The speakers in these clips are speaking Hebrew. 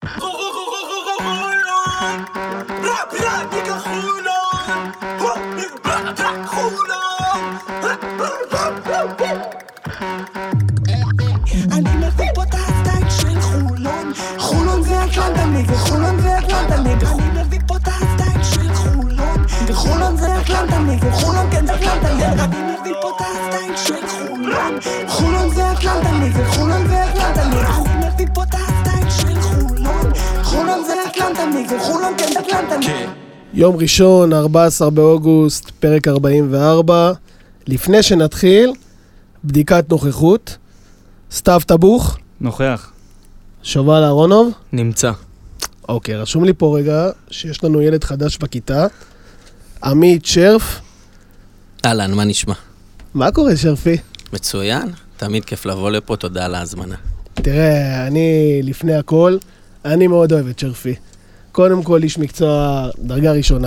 אני מביא פה את הסטייל של חולון, חולון זה אטלנטה נגד, חולון זה אטלנטה נגד. אני מביא פה את הסטייל של חולון, חולון זה אטלנטה נגד, חולון כן זה אטלנטה נגד. אני מביא פה את הסטייל של חולון, חולון זה אטלנטה נגד, חולון זה אטלנטה נגד. אני מביא פה את הסטייל של חולון, חולון זה אטלנטה נגד, חולון כן זה אטלנטה נגד. יום ראשון, 14 באוגוסט, פרק 44. לפני שנתחיל, בדיקת נוכחות. סתיו טבוך. נוכח. שובל אהרונוב. נמצא. אוקיי, רשום לי פה רגע שיש לנו ילד חדש בכיתה. עמית שרף. אהלן, מה נשמע? מה קורה שרפי? מצוין, תמיד כיף לבוא לפה, תודה על ההזמנה. תראה, אני לפני הכל, אני מאוד אוהב את שרפי. קודם כל איש מקצוע דרגה ראשונה,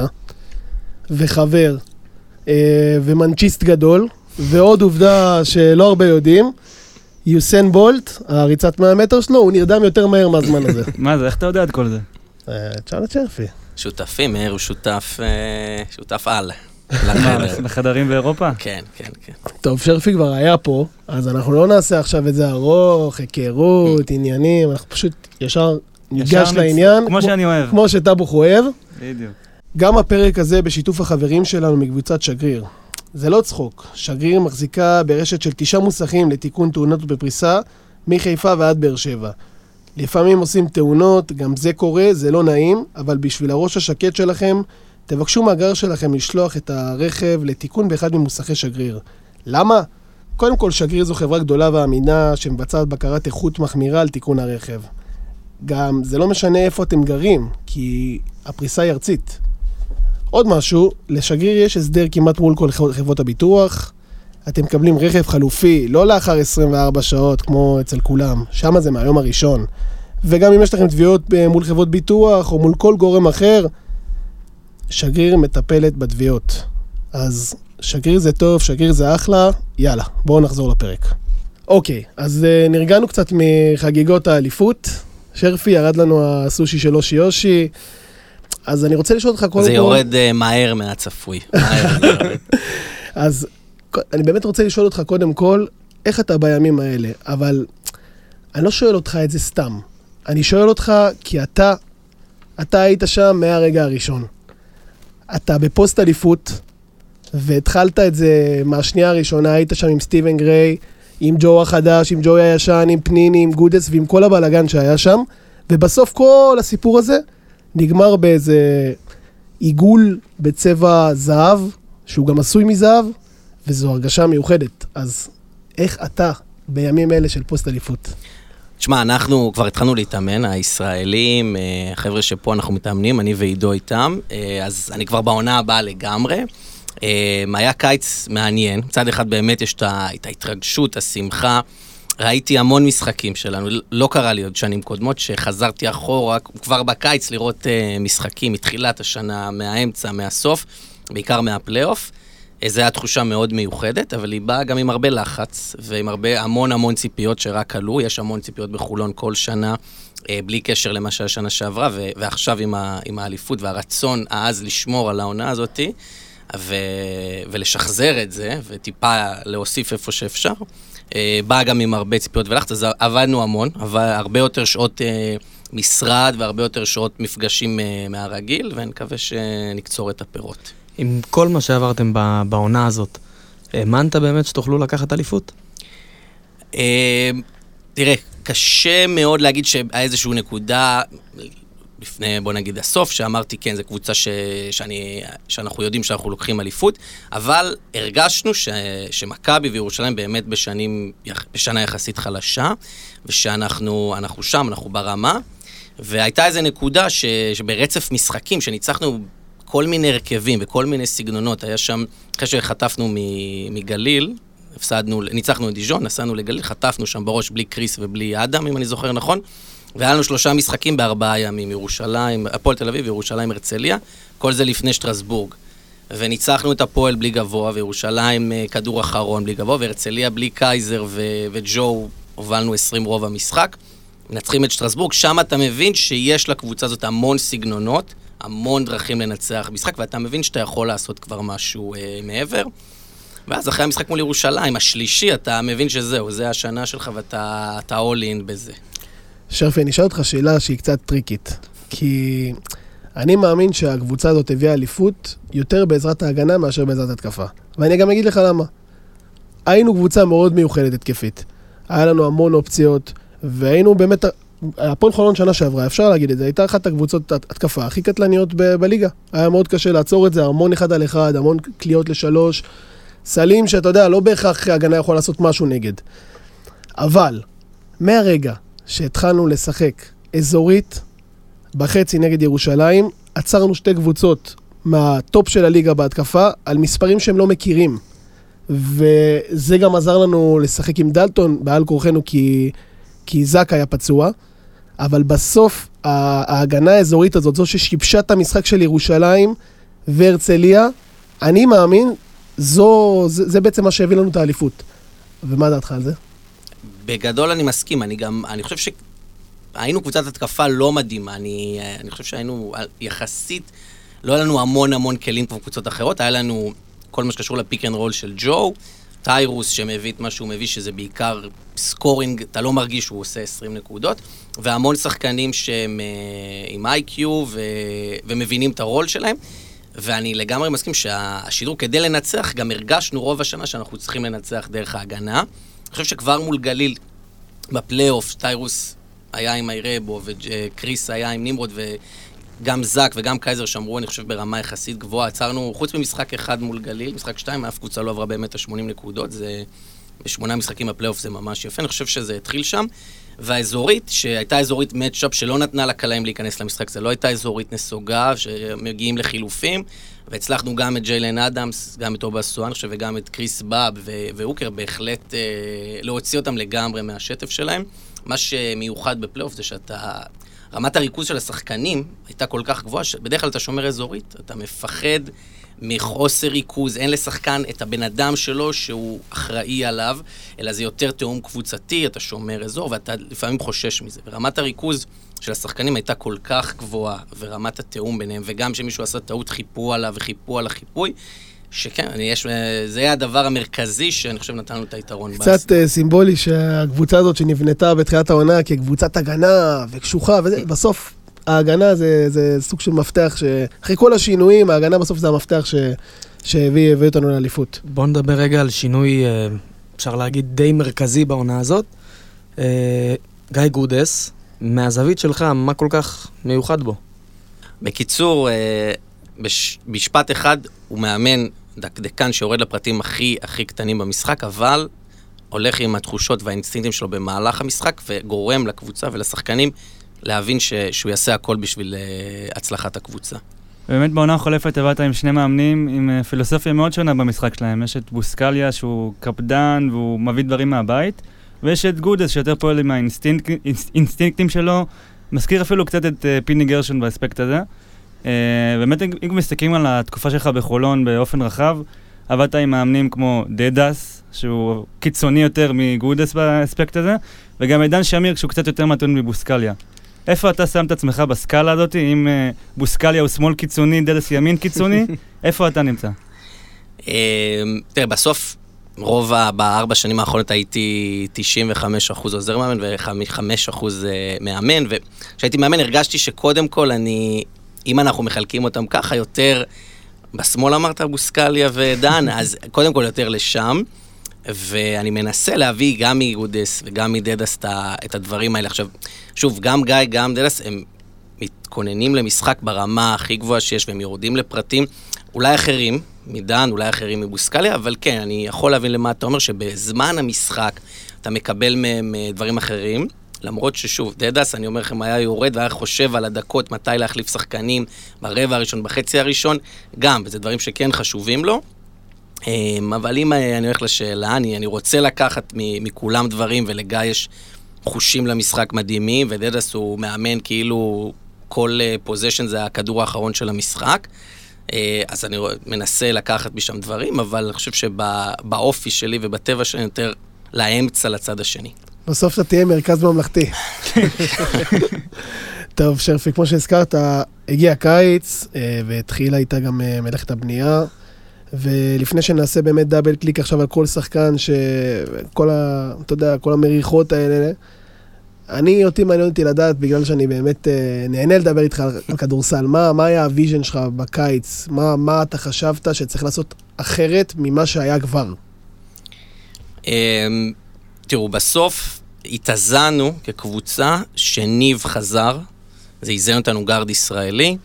וחבר, ומנצ'יסט גדול, ועוד עובדה שלא הרבה יודעים, יוסן בולט, הריצת 100 מטר שלו, הוא נרדם יותר מהר מהזמן הזה. מה זה, איך אתה יודע את כל זה? תשאל את שרפי. שותפים, מאיר הוא שותף על. לחדרים באירופה? כן, כן, כן. טוב, שרפי כבר היה פה, אז אנחנו לא נעשה עכשיו את זה ארוך, היכרות, עניינים, אנחנו פשוט ישר ניגש לעניין. כמו שאני אוהב. כמו שטבוך אוהב. בדיוק. גם הפרק הזה בשיתוף החברים שלנו מקבוצת שגריר. זה לא צחוק. שגריר מחזיקה ברשת של 9 מוסכים לתיקון תאונות בפריסה, מחיפה ועד באר שבע. לפעמים עושים תאונות, גם זה קורה, זה לא נעים, אבל בשביל הראש השקט שלכם, תבקשו מהגר שלכם לשלוח את הרכב לתיקון באחד ממוסכי שגריר. למה? קודם כל, שגריר זו חברה גדולה ואמינה שמבצעת בקרת איכות מחמירה על תיקון הרכב. גם זה לא משנה איפה אתם גרים, כי הפריסה היא ארצית. עוד משהו, לשגריר יש הסדר כמעט מול כל חברות הביטוח. אתם מקבלים רכב חלופי, לא לאחר 24 שעות כמו אצל כולם. שם זה מהיום הראשון. וגם אם יש לכם תביעות מול חברות ביטוח או מול כל גורם אחר, שגריר מטפלת בתביעות. אז שגריר זה טוב, שגריר זה אחלה. יאללה, בואו נחזור לפרק. אוקיי, אז נרגענו קצת מחגיגות האליפות. שרפי, ירד לנו הסושי של אושי אושי. אז אני רוצה לשאול אותך קודם כל... זה יורד מהר מהצפוי. אז אני באמת רוצה לשאול אותך קודם כל, איך אתה בימים האלה? אבל אני לא שואל אותך את זה סתם. אני שואל אותך כי אתה היית שם מהרגע הראשון. אתה בפוסט אליפות, והתחלת את זה מהשנייה הראשונה, היית שם עם סטיבן גריי, עם ג'ו החדש, עם ג'וי הישן, עם פניני, עם גודס ועם כל הבלגן שהיה שם, ובסוף כל הסיפור הזה נגמר באיזה עיגול בצבע זהב, שהוא גם עשוי מזהב, וזו הרגשה מיוחדת. אז איך אתה בימים אלה של פוסט אליפות? תשמע, אנחנו כבר התחלנו להתאמן, הישראלים, החבר'ה שפה אנחנו מתאמנים, אני ועידו איתם, אז אני כבר בעונה הבאה לגמרי. היה קיץ מעניין, מצד אחד באמת יש את ההתרגשות, השמחה, ראיתי המון משחקים שלנו, לא קרה לי עוד שנים קודמות, שחזרתי אחורה כבר בקיץ לראות משחקים מתחילת השנה, מהאמצע, מהסוף, בעיקר מהפלייאוף. זו הייתה תחושה מאוד מיוחדת, אבל היא באה גם עם הרבה לחץ, ועם המון ציפיות שרק עלו, יש המון ציפיות בחולון כל שנה, בלי קשר למה שהשנה שעברה, ועכשיו עם האליפות והרצון העז לשמור על העונה הזאת, ולשחזר את זה, וטיפה להוסיף איפה שאפשר, באה גם עם הרבה ציפיות ולחץ, אז עבדנו המון, הרבה יותר שעות משרד, והרבה יותר שעות מפגשים מהרגיל, ואני מקווה שנקצור את הפירות. עם כל מה שעברתם בעונה הזאת, האמנת באמת שתוכלו לקחת אליפות? תראה, קשה מאוד להגיד שהיה איזושהי נקודה, לפני, בוא נגיד, הסוף, שאמרתי, כן, זו קבוצה שאנחנו יודעים שאנחנו לוקחים אליפות, אבל הרגשנו שמכבי וירושלים באמת בשנה יחסית חלשה, ושאנחנו שם, אנחנו ברמה, והייתה איזו נקודה שברצף משחקים, שניצחנו כל מיני הרכבים וכל מיני סגנונות, היה שם, אחרי שחטפנו מגליל, ניצחנו את דיז'ון, נסענו לגליל, חטפנו שם בראש בלי קריס ובלי אדם, אם אני זוכר נכון, והיה לנו 3 משחקים ב4 ימים, ירושלים, הפועל תל אביב וירושלים הרצליה, כל זה לפני שטרסבורג. וניצחנו את הפועל בלי גבוה, וירושלים כדור אחרון בלי גבוה, והרצליה בלי קייזר וג'ו, הובלנו 20 רוב המשחק, מנצחים את שטרסבורג, שם אתה מבין שיש לקבוצה הזאת המון סגנונות, המון דרכים לנצח משחק, ואתה מבין שאתה יכול לעשות כבר משהו מעבר. ואז אחרי המשחק מול ירושלים, השלישי, אתה מבין שזהו, זה השנה שלך ואתה all in בזה. שרפי, אני אשאל אותך שאלה שהיא קצת טריקית, כי אני מאמין שהקבוצה הזאת הביאה אליפות יותר בעזרת ההגנה מאשר בעזרת התקפה. ואני גם אגיד לך למה. היינו קבוצה מאוד מיוחדת התקפית. היה לנו המון אופציות, והיינו באמת, הפועל חולון שנה שעברה, אפשר להגיד את זה, הייתה אחת הקבוצות התקפה הכי קטלניות בליגה. היה מאוד קשה לעצור את זה, המון אחד על אחד, המון קליעות לשלוש, סלים שאתה יודע, לא בהכרח ההגנה יכול לעשות משהו נגד. אבל, מהרגע שהתחלנו לשחק אזורית בחצי נגד ירושלים, עצרנו שתי קבוצות מהטופ של הליגה בהתקפה, על מספרים שהם לא מכירים. וזה גם עזר לנו לשחק עם דלטון בעל כורחנו, כי זק היה פצוע. אבל בסוף, ההגנה האזורית הזאת, זו ששיבשה את המשחק של ירושלים והרצליה, אני מאמין, זה בעצם מה שהביא לנו את האליפות. ומה דעתך על זה? בגדול אני מסכים, אני חושב שהיינו קבוצת התקפה לא מדהימה, אני חושב שהיינו יחסית, לא היה לנו המון כלים כמו קבוצות אחרות, היה לנו כל מה שקשור לפיק אנד רול של ג'ו, טיירוס שמביא את מה שהוא מביא, שזה בעיקר סקורינג, אתה לא מרגיש שהוא עושה 20 נקודות, והמון שחקנים שהם עם איי-קיו ומבינים את הרול שלהם, ואני לגמרי מסכים שהשידור כדי לנצח, גם הרגשנו רוב השנה שאנחנו צריכים לנצח דרך ההגנה. אני חושב שכבר מול גליל, בפלייאוף, טיירוס היה עם איירבו, וקריס היה עם נמרוד, וגם זק וגם קייזר שמרו, אני חושב ברמה יחסית גבוהה. עצרנו, חוץ ממשחק אחד מול גליל, משחק 2, אף קבוצה לא עברה באמת ה-80 נקודות, זה ב8 משחקים בפלייאוף זה ממש יפה, אני חושב שזה התחיל שם. והאזורית, שהייתה אזורית מאצ'אפ שלא נתנה לקלעים להיכנס למשחק, זה לא הייתה אזורית נסוגה, שמגיעים לחילופים, והצלחנו גם את ג'יילן אדמס, גם את טובאס סואן, וגם את קריס באב ואוקר, בהחלט להוציא אותם לגמרי מהשטף שלהם. מה שמיוחד בפלייאוף זה רמת הריכוז של השחקנים הייתה כל כך גבוהה, שבדרך כלל אתה שומר אזורית, אתה מפחד מחוסר ריכוז, אין לשחקן את הבן אדם שלו שהוא אחראי עליו, אלא זה יותר תאום קבוצתי, אתה שומר אזור, ואתה לפעמים חושש מזה. ורמת הריכוז של השחקנים הייתה כל כך גבוהה, ורמת התאום ביניהם, וגם שמישהו עשה טעות, חיפו עליו וחיפו על החיפוי, שכן, זה היה הדבר המרכזי שאני חושב נתנו את היתרון. קצת סימבולי שהקבוצה הזאת שנבנתה בתחילת העונה כקבוצת הגנה וקשוחה, ובסוף ההגנה זה סוג של מפתח, אחרי כל השינויים, ההגנה בסוף זה המפתח שהביא אותנו לאליפות. בוא נדבר רגע על שינוי, אפשר להגיד, די מרכזי בעונה הזאת. גיא גודס, מהזווית שלך, מה כל כך מיוחד בו? בקיצור, בשפט אחד הוא מאמן דקדקן שיורד לפרטים הכי קטנים במשחק, אבל הולך עם התחושות והאינסטינקטים שלו במהלך המשחק, וגורם לקבוצה ולשחקנים להבין שהוא יעשה הכל בשביל הצלחת הקבוצה. באמת בעונה החולפת הבאת עם שני מאמנים עם פילוסופיה מאוד שונה במשחק שלהם. יש את בוסקליה שהוא קפדן והוא מביא דברים מהבית, ויש את גודס שיותר פועל עם האינסטינקטים שלו, מזכיר אפילו קצת את פיני גרשון באספקט הזה. באמת אם מסתכלים על התקופה שלך בחולון באופן רחב, עבדת עם מאמנים כמו דדס, שהוא קיצוני יותר מגודס באספקט הזה, וגם עידן שמיר שהוא קצת יותר מתון מבוסקליה. איפה אתה שם את עצמך בסקאלה הזאת? אם בוסקליה הוא שמאל קיצוני, דדס ימין קיצוני, איפה אתה נמצא? תראה, בסוף רוב בארבע שנים האחרונות הייתי 95% עוזר מאמן ו5% מאמן, וכשהייתי מאמן הרגשתי שקודם כל אם אנחנו מחלקים אותם ככה יותר, בשמאל אמרת בוסקליה ודן, אז קודם כל יותר לשם, ואני מנסה להביא גם מגודס וגם מדדס את הדברים האלה. עכשיו, שוב, גם גיא, גם דדס, הם מתכוננים למשחק ברמה הכי גבוהה שיש, והם יורדים לפרטים, אולי אחרים מדן, אולי אחרים מבוסקליה, אבל כן, אני יכול להבין למה אתה אומר, שבזמן המשחק אתה מקבל מהם דברים אחרים, למרות ששוב, דדס, אני אומר לכם, היה יורד והיה חושב על הדקות מתי להחליף שחקנים ברבע הראשון, בחצי הראשון, גם, וזה דברים שכן חשובים לו. אבל אם אני הולך לשאלה, אני רוצה לקחת מכולם דברים, ולגיא יש חושים למשחק מדהימים, ודדס הוא מאמן כאילו כל פוזיישן זה הכדור האחרון של המשחק, אז אני מנסה לקחת משם דברים, אבל אני חושב שבאופי שלי ובטבע שלי יותר לאמצע לצד השני. בסוף אתה תהיה מרכז ממלכתי. טוב, שרפי, כמו שהזכרת, הגיע הקיץ, והתחילה איתה גם מלאכת הבנייה, ולפני שנעשה באמת דאבל קליק עכשיו על כל שחקן, שכל אתה יודע, כל המריחות האלה, אותי מעניין אותי לדעת, בגלל שאני באמת נהנה לדבר איתך על כדורסל, מה היה הוויז'ן שלך בקיץ? מה אתה חשבת שצריך לעשות אחרת ממה שהיה כבר? תראו, בסוף התאזנו כקבוצה שניב חזר, זה איזן אותנו גארד ישראלי,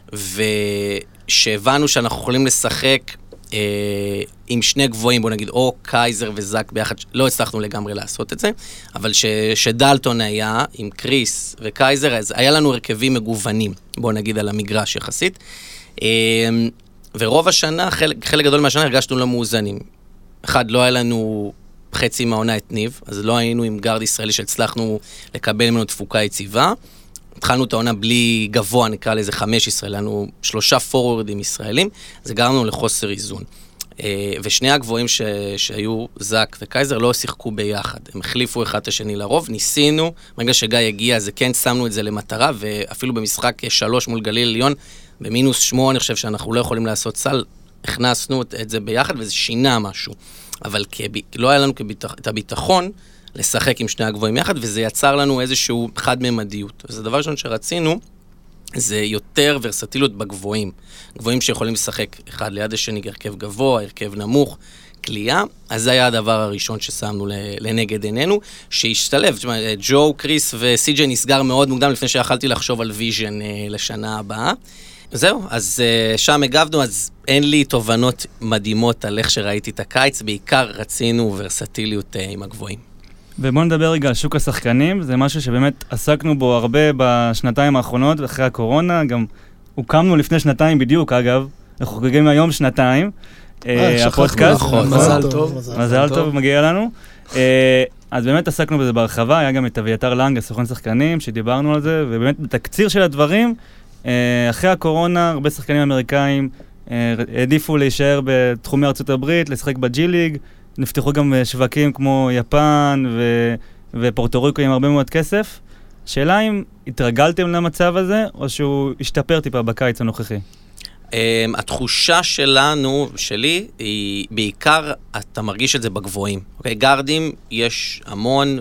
ושהבנו שאנחנו יכולים לשחק עם שני גבוהים, בוא נגיד, או קייזר וזק ביחד, לא הצלחנו לגמרי לעשות את זה, אבל שדלטון היה עם קריס וקייזר, אז היה לנו הרכבים מגוונים, בוא נגיד על המגרש יחסית, ורוב השנה, חלק גדול מהשנה הרגשנו לא מאוזנים. אחד, לא היה לנו חצי מהעונה את ניב, אז לא היינו עם גארד ישראלי שהצלחנו לקבל ממנו תפוקה יציבה, התחלנו את העונה בלי גבוה, נקרא לזה 15, לנו 3 פורורדים ישראלים, זה גרם לנו לחוסר איזון. ושני הגבוהים שהיו זק וקייזר לא שיחקו ביחד, הם החליפו אחד את השני לרוב, ניסינו, ברגע שגיא הגיע, אז כן שמנו את זה למטרה, ואפילו במשחק 3 מול גליל עליון, במינוס 8, אני חושב שאנחנו לא יכולים לעשות סל, הכנסנו את זה ביחד, וזה שינה משהו. אבל לא היה לנו את הביטחון לשחק עם שני הגבוהים יחד, וזה יצר לנו איזשהו חד-ממדיות. אז הדבר ראשון שרצינו, זה יותר ורסטיליות בגבוהים. גבוהים שיכולים לשחק אחד ליד השני, הרכב גבוה, הרכב נמוך, קליעה. אז זה היה הדבר הראשון ששמנו לנגד עינינו, שהשתלב. ג'ו, קריס וסי.ג'יי נסגר מאוד מוקדם, לפני שיכלתי לחשוב על ויז'ן לשנה הבאה. זהו, אז שם הגבנו, אז אין לי תובנות מדהימות על איך שראיתי את הקיץ, בעיקר רצינו ורסטיליות עם הגבוהים. ובואו נדבר רגע על שוק השחקנים, זה משהו שבאמת עסקנו בו הרבה בשנתיים האחרונות, אחרי הקורונה, גם הוקמנו לפני שנתיים בדיוק, אגב, אנחנו חוגגים היום שנתיים, הפודקאסט. מזל טוב. מזל טוב, מגיע לנו. אז באמת עסקנו בזה בהרחבה, היה גם את אביתר לנג, הסוכן שחקנים, שדיברנו על זה, ובאמת בתקציר של הדברים, אחרי הקורונה, הרבה שחקנים אמריקאים העדיפו להישאר בתחומי ארצות הברית, לשחק בג'י ליג, נפתחו גם שווקים כמו יפן ופורטו ריקו עם הרבה מאוד כסף. שאלה אם התרגלתם למצב הזה, או שהוא השתפר טיפה בקיץ הנוכחי? התחושה שלנו, שלי, היא בעיקר, אתה מרגיש את זה בגבוהים. גארדים יש המון,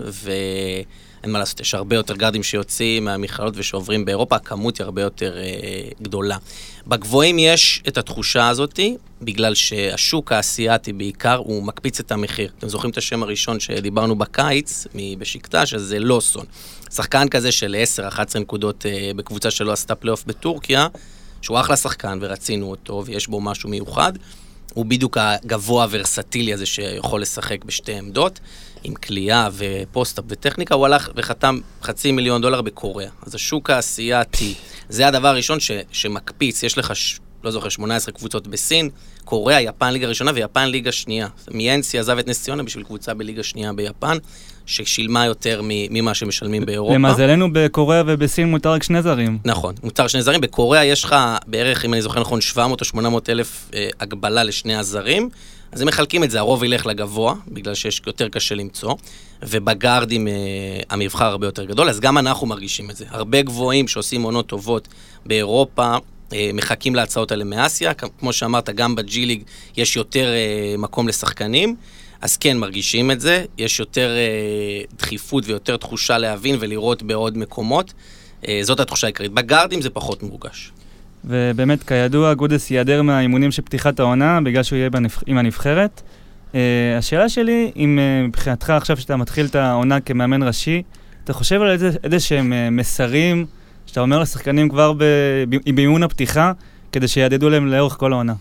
אין מה לעשות, יש הרבה יותר גארדים שיוצאים מהמכללות ושעוברים באירופה, הכמות היא הרבה יותר גדולה. בגבוהים יש את התחושה הזאת, בגלל שהשוק האסייתי בעיקר, הוא מקפיץ את המחיר. אתם זוכרים את השם הראשון שדיברנו בקיץ, בשקטש, אז זה לוסון. שחקן כזה של 10-11 נקודות בקבוצה שלא עשתה פלייאוף בטורקיה, שהוא אחלה שחקן ורצינו אותו, ויש בו משהו מיוחד. הוא בדיוק הגבוה הוורסטילי הזה שיכול לשחק בשתי עמדות, עם קליעה ופוסט-אפ וטכניקה, הוא הלך וחתם $500,000 בקוריאה. אז השוק האסייתי, זה הדבר הראשון שמקפיץ, יש לך, לא זוכר, 18 קבוצות בסין, קוריאה, יפן ליגה ראשונה ויפן ליגה שנייה. מיאנסי עזב את נס ציונה בשביל קבוצה בליגה שנייה ביפן, ששילמה יותר ממה שמשלמים באירופה. למזלנו בקוריאה ובסין מותר רק 2 זרים. נכון, מותר 2 זרים. בקוריאה יש לך בערך, אם אני זוכר נכון, 700 או 800 אלף הגבלה לשני הזרים, אז הם מחלקים את זה, הרוב ילך לגבוה, בגלל שיש יותר קשה למצוא, ובגארדים המבחר הרבה יותר גדול, אז גם אנחנו מרגישים את זה. הרבה גבוהים שעושים עונות טובות באירופה, מחכים להצעות האלה מאסיה, כמו שאמרת, גם בג'י ליג יש יותר מקום לשחקנים, אז כן, מרגישים את זה, יש יותר דחיפות ויותר תחושה להבין ולראות בעוד מקומות, זאת התחושה העיקרית. בגארדים זה פחות מורגש. ובאמת, כידוע, גודס ייעדר מהאימונים של פתיחת העונה, בגלל שהוא יהיה עם הנבחרת. השאלה שלי, אם מבחינתך עכשיו שאתה מתחיל את העונה כמאמן ראשי, אתה חושב על איזה שהם מסרים, שאתה אומר לשחקנים כבר באימון הפתיחה, כדי שיעדדו להם לאורך כל העונה?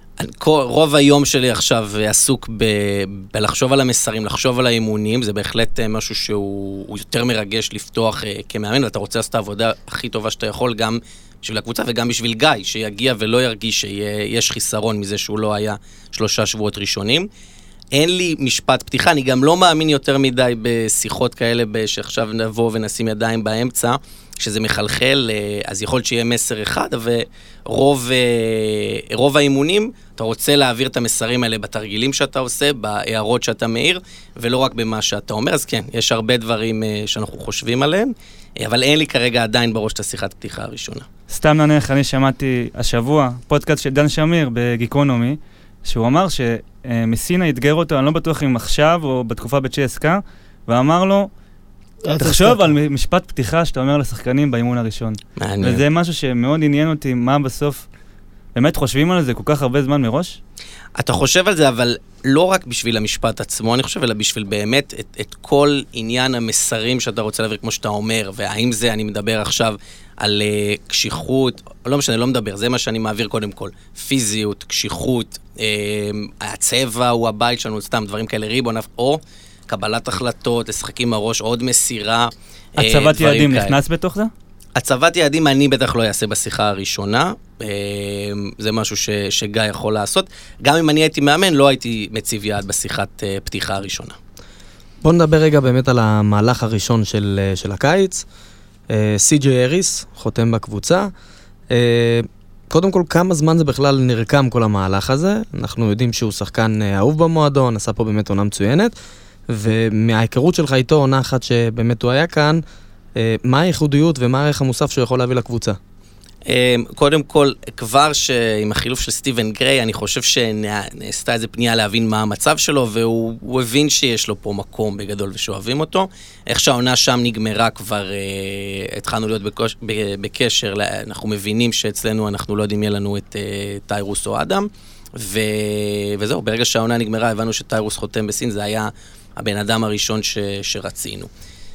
רוב היום שלי עכשיו עסוק בלחשוב על המסרים, לחשוב על האימונים, זה בהחלט משהו שהוא יותר מרגש לפתוח כמאמן, ואתה רוצה לעשות את העבודה הכי טובה שאתה יכול, גם בשביל הקבוצה וגם בשביל גיא, שיגיע ולא ירגיש שיש חיסרון מזה שהוא לא היה 3 שבועות ראשונים. אין לי משפט פתיחה, אני גם לא מאמין יותר מדי בשיחות כאלה, שעכשיו נבוא ונשים ידיים באמצע, כשזה מחלחל, אז יכול להיות שיהיה מסר אחד, ורוב האימונים, אתה רוצה להעביר את המסרים האלה בתרגילים שאתה עושה, בהערות שאתה מאיר, ולא רק במה שאתה אומר. אז כן, יש הרבה דברים שאנחנו חושבים עליהם, אבל אין לי כרגע עדיין בראש את השיחת פתיחה הראשונה. סתם נניח, אני שמעתי השבוע פודקאסט של דן שמיר בגיקונומי, שהוא אמר שמסינה יתגר אותו, אני לא בטוח אם עכשיו או בתקופה בצ'סקה, ואמר לו, תחשוב על משפט פתיחה שאתה אומר לשחקנים באימון הראשון. מעניין. וזה משהו שמאוד עניין אותי, מה בסוף, באמת חושבים על זה כל כך הרבה זמן מראש? אתה חושב על זה, אבל לא רק בשביל המשפט עצמו, אני חושב, אלא בשביל באמת את כל עניין המסרים שאתה רוצה להעביר, כמו שאתה אומר, והאם זה, אני מדבר עכשיו על קשיחות, לא משנה, לא מדבר, זה מה שאני מעביר קודם כל. פיזיות, קשיחות, הצבע הוא הבית שלנו, סתם דברים כאלה, ריבון, או קבלת החלטות, לשחקים הראש, עוד מסירה, הצבת יעדים נכנס בתוך זה? הצבת יעדים אני בטח לא אעשה בשיחה הראשונה, זה משהו שגיא יכול לעשות. גם אם אני הייתי מאמן, לא הייתי מציב יעד בשיחת פתיחה הראשונה. בוא נדבר רגע באמת על המהלך הראשון של הקיץ. סי.ג'יי אריס, חותם בקבוצה. קודם כל, כמה זמן זה בכלל נרקם כל המהלך הזה? אנחנו יודעים שהוא שחקן אהוב במועדון, עשה פה באמת עונה מצוינת, ומההיכרות שלך איתו, עונה אחת שבאמת הוא היה כאן, מה הייחודיות ומה הערך המוסף שהוא יכול להביא לקבוצה? קודם כל, כבר שעם החילוף של סטיבן גריי, אני חושב שנעשתה איזו פנייה להבין מה המצב שלו, והוא הבין שיש לו פה מקום בגדול ושאוהבים אותו. איך שהעונה שם נגמרה כבר, התחלנו להיות בקשר, אנחנו מבינים שאצלנו אנחנו לא יודעים יהיה לנו את טיירוס או אדם, וזהו, ברגע שהעונה נגמרה, הבנו שטיירוס חותם בסין, זה היה הבן אדם הראשון שרצינו.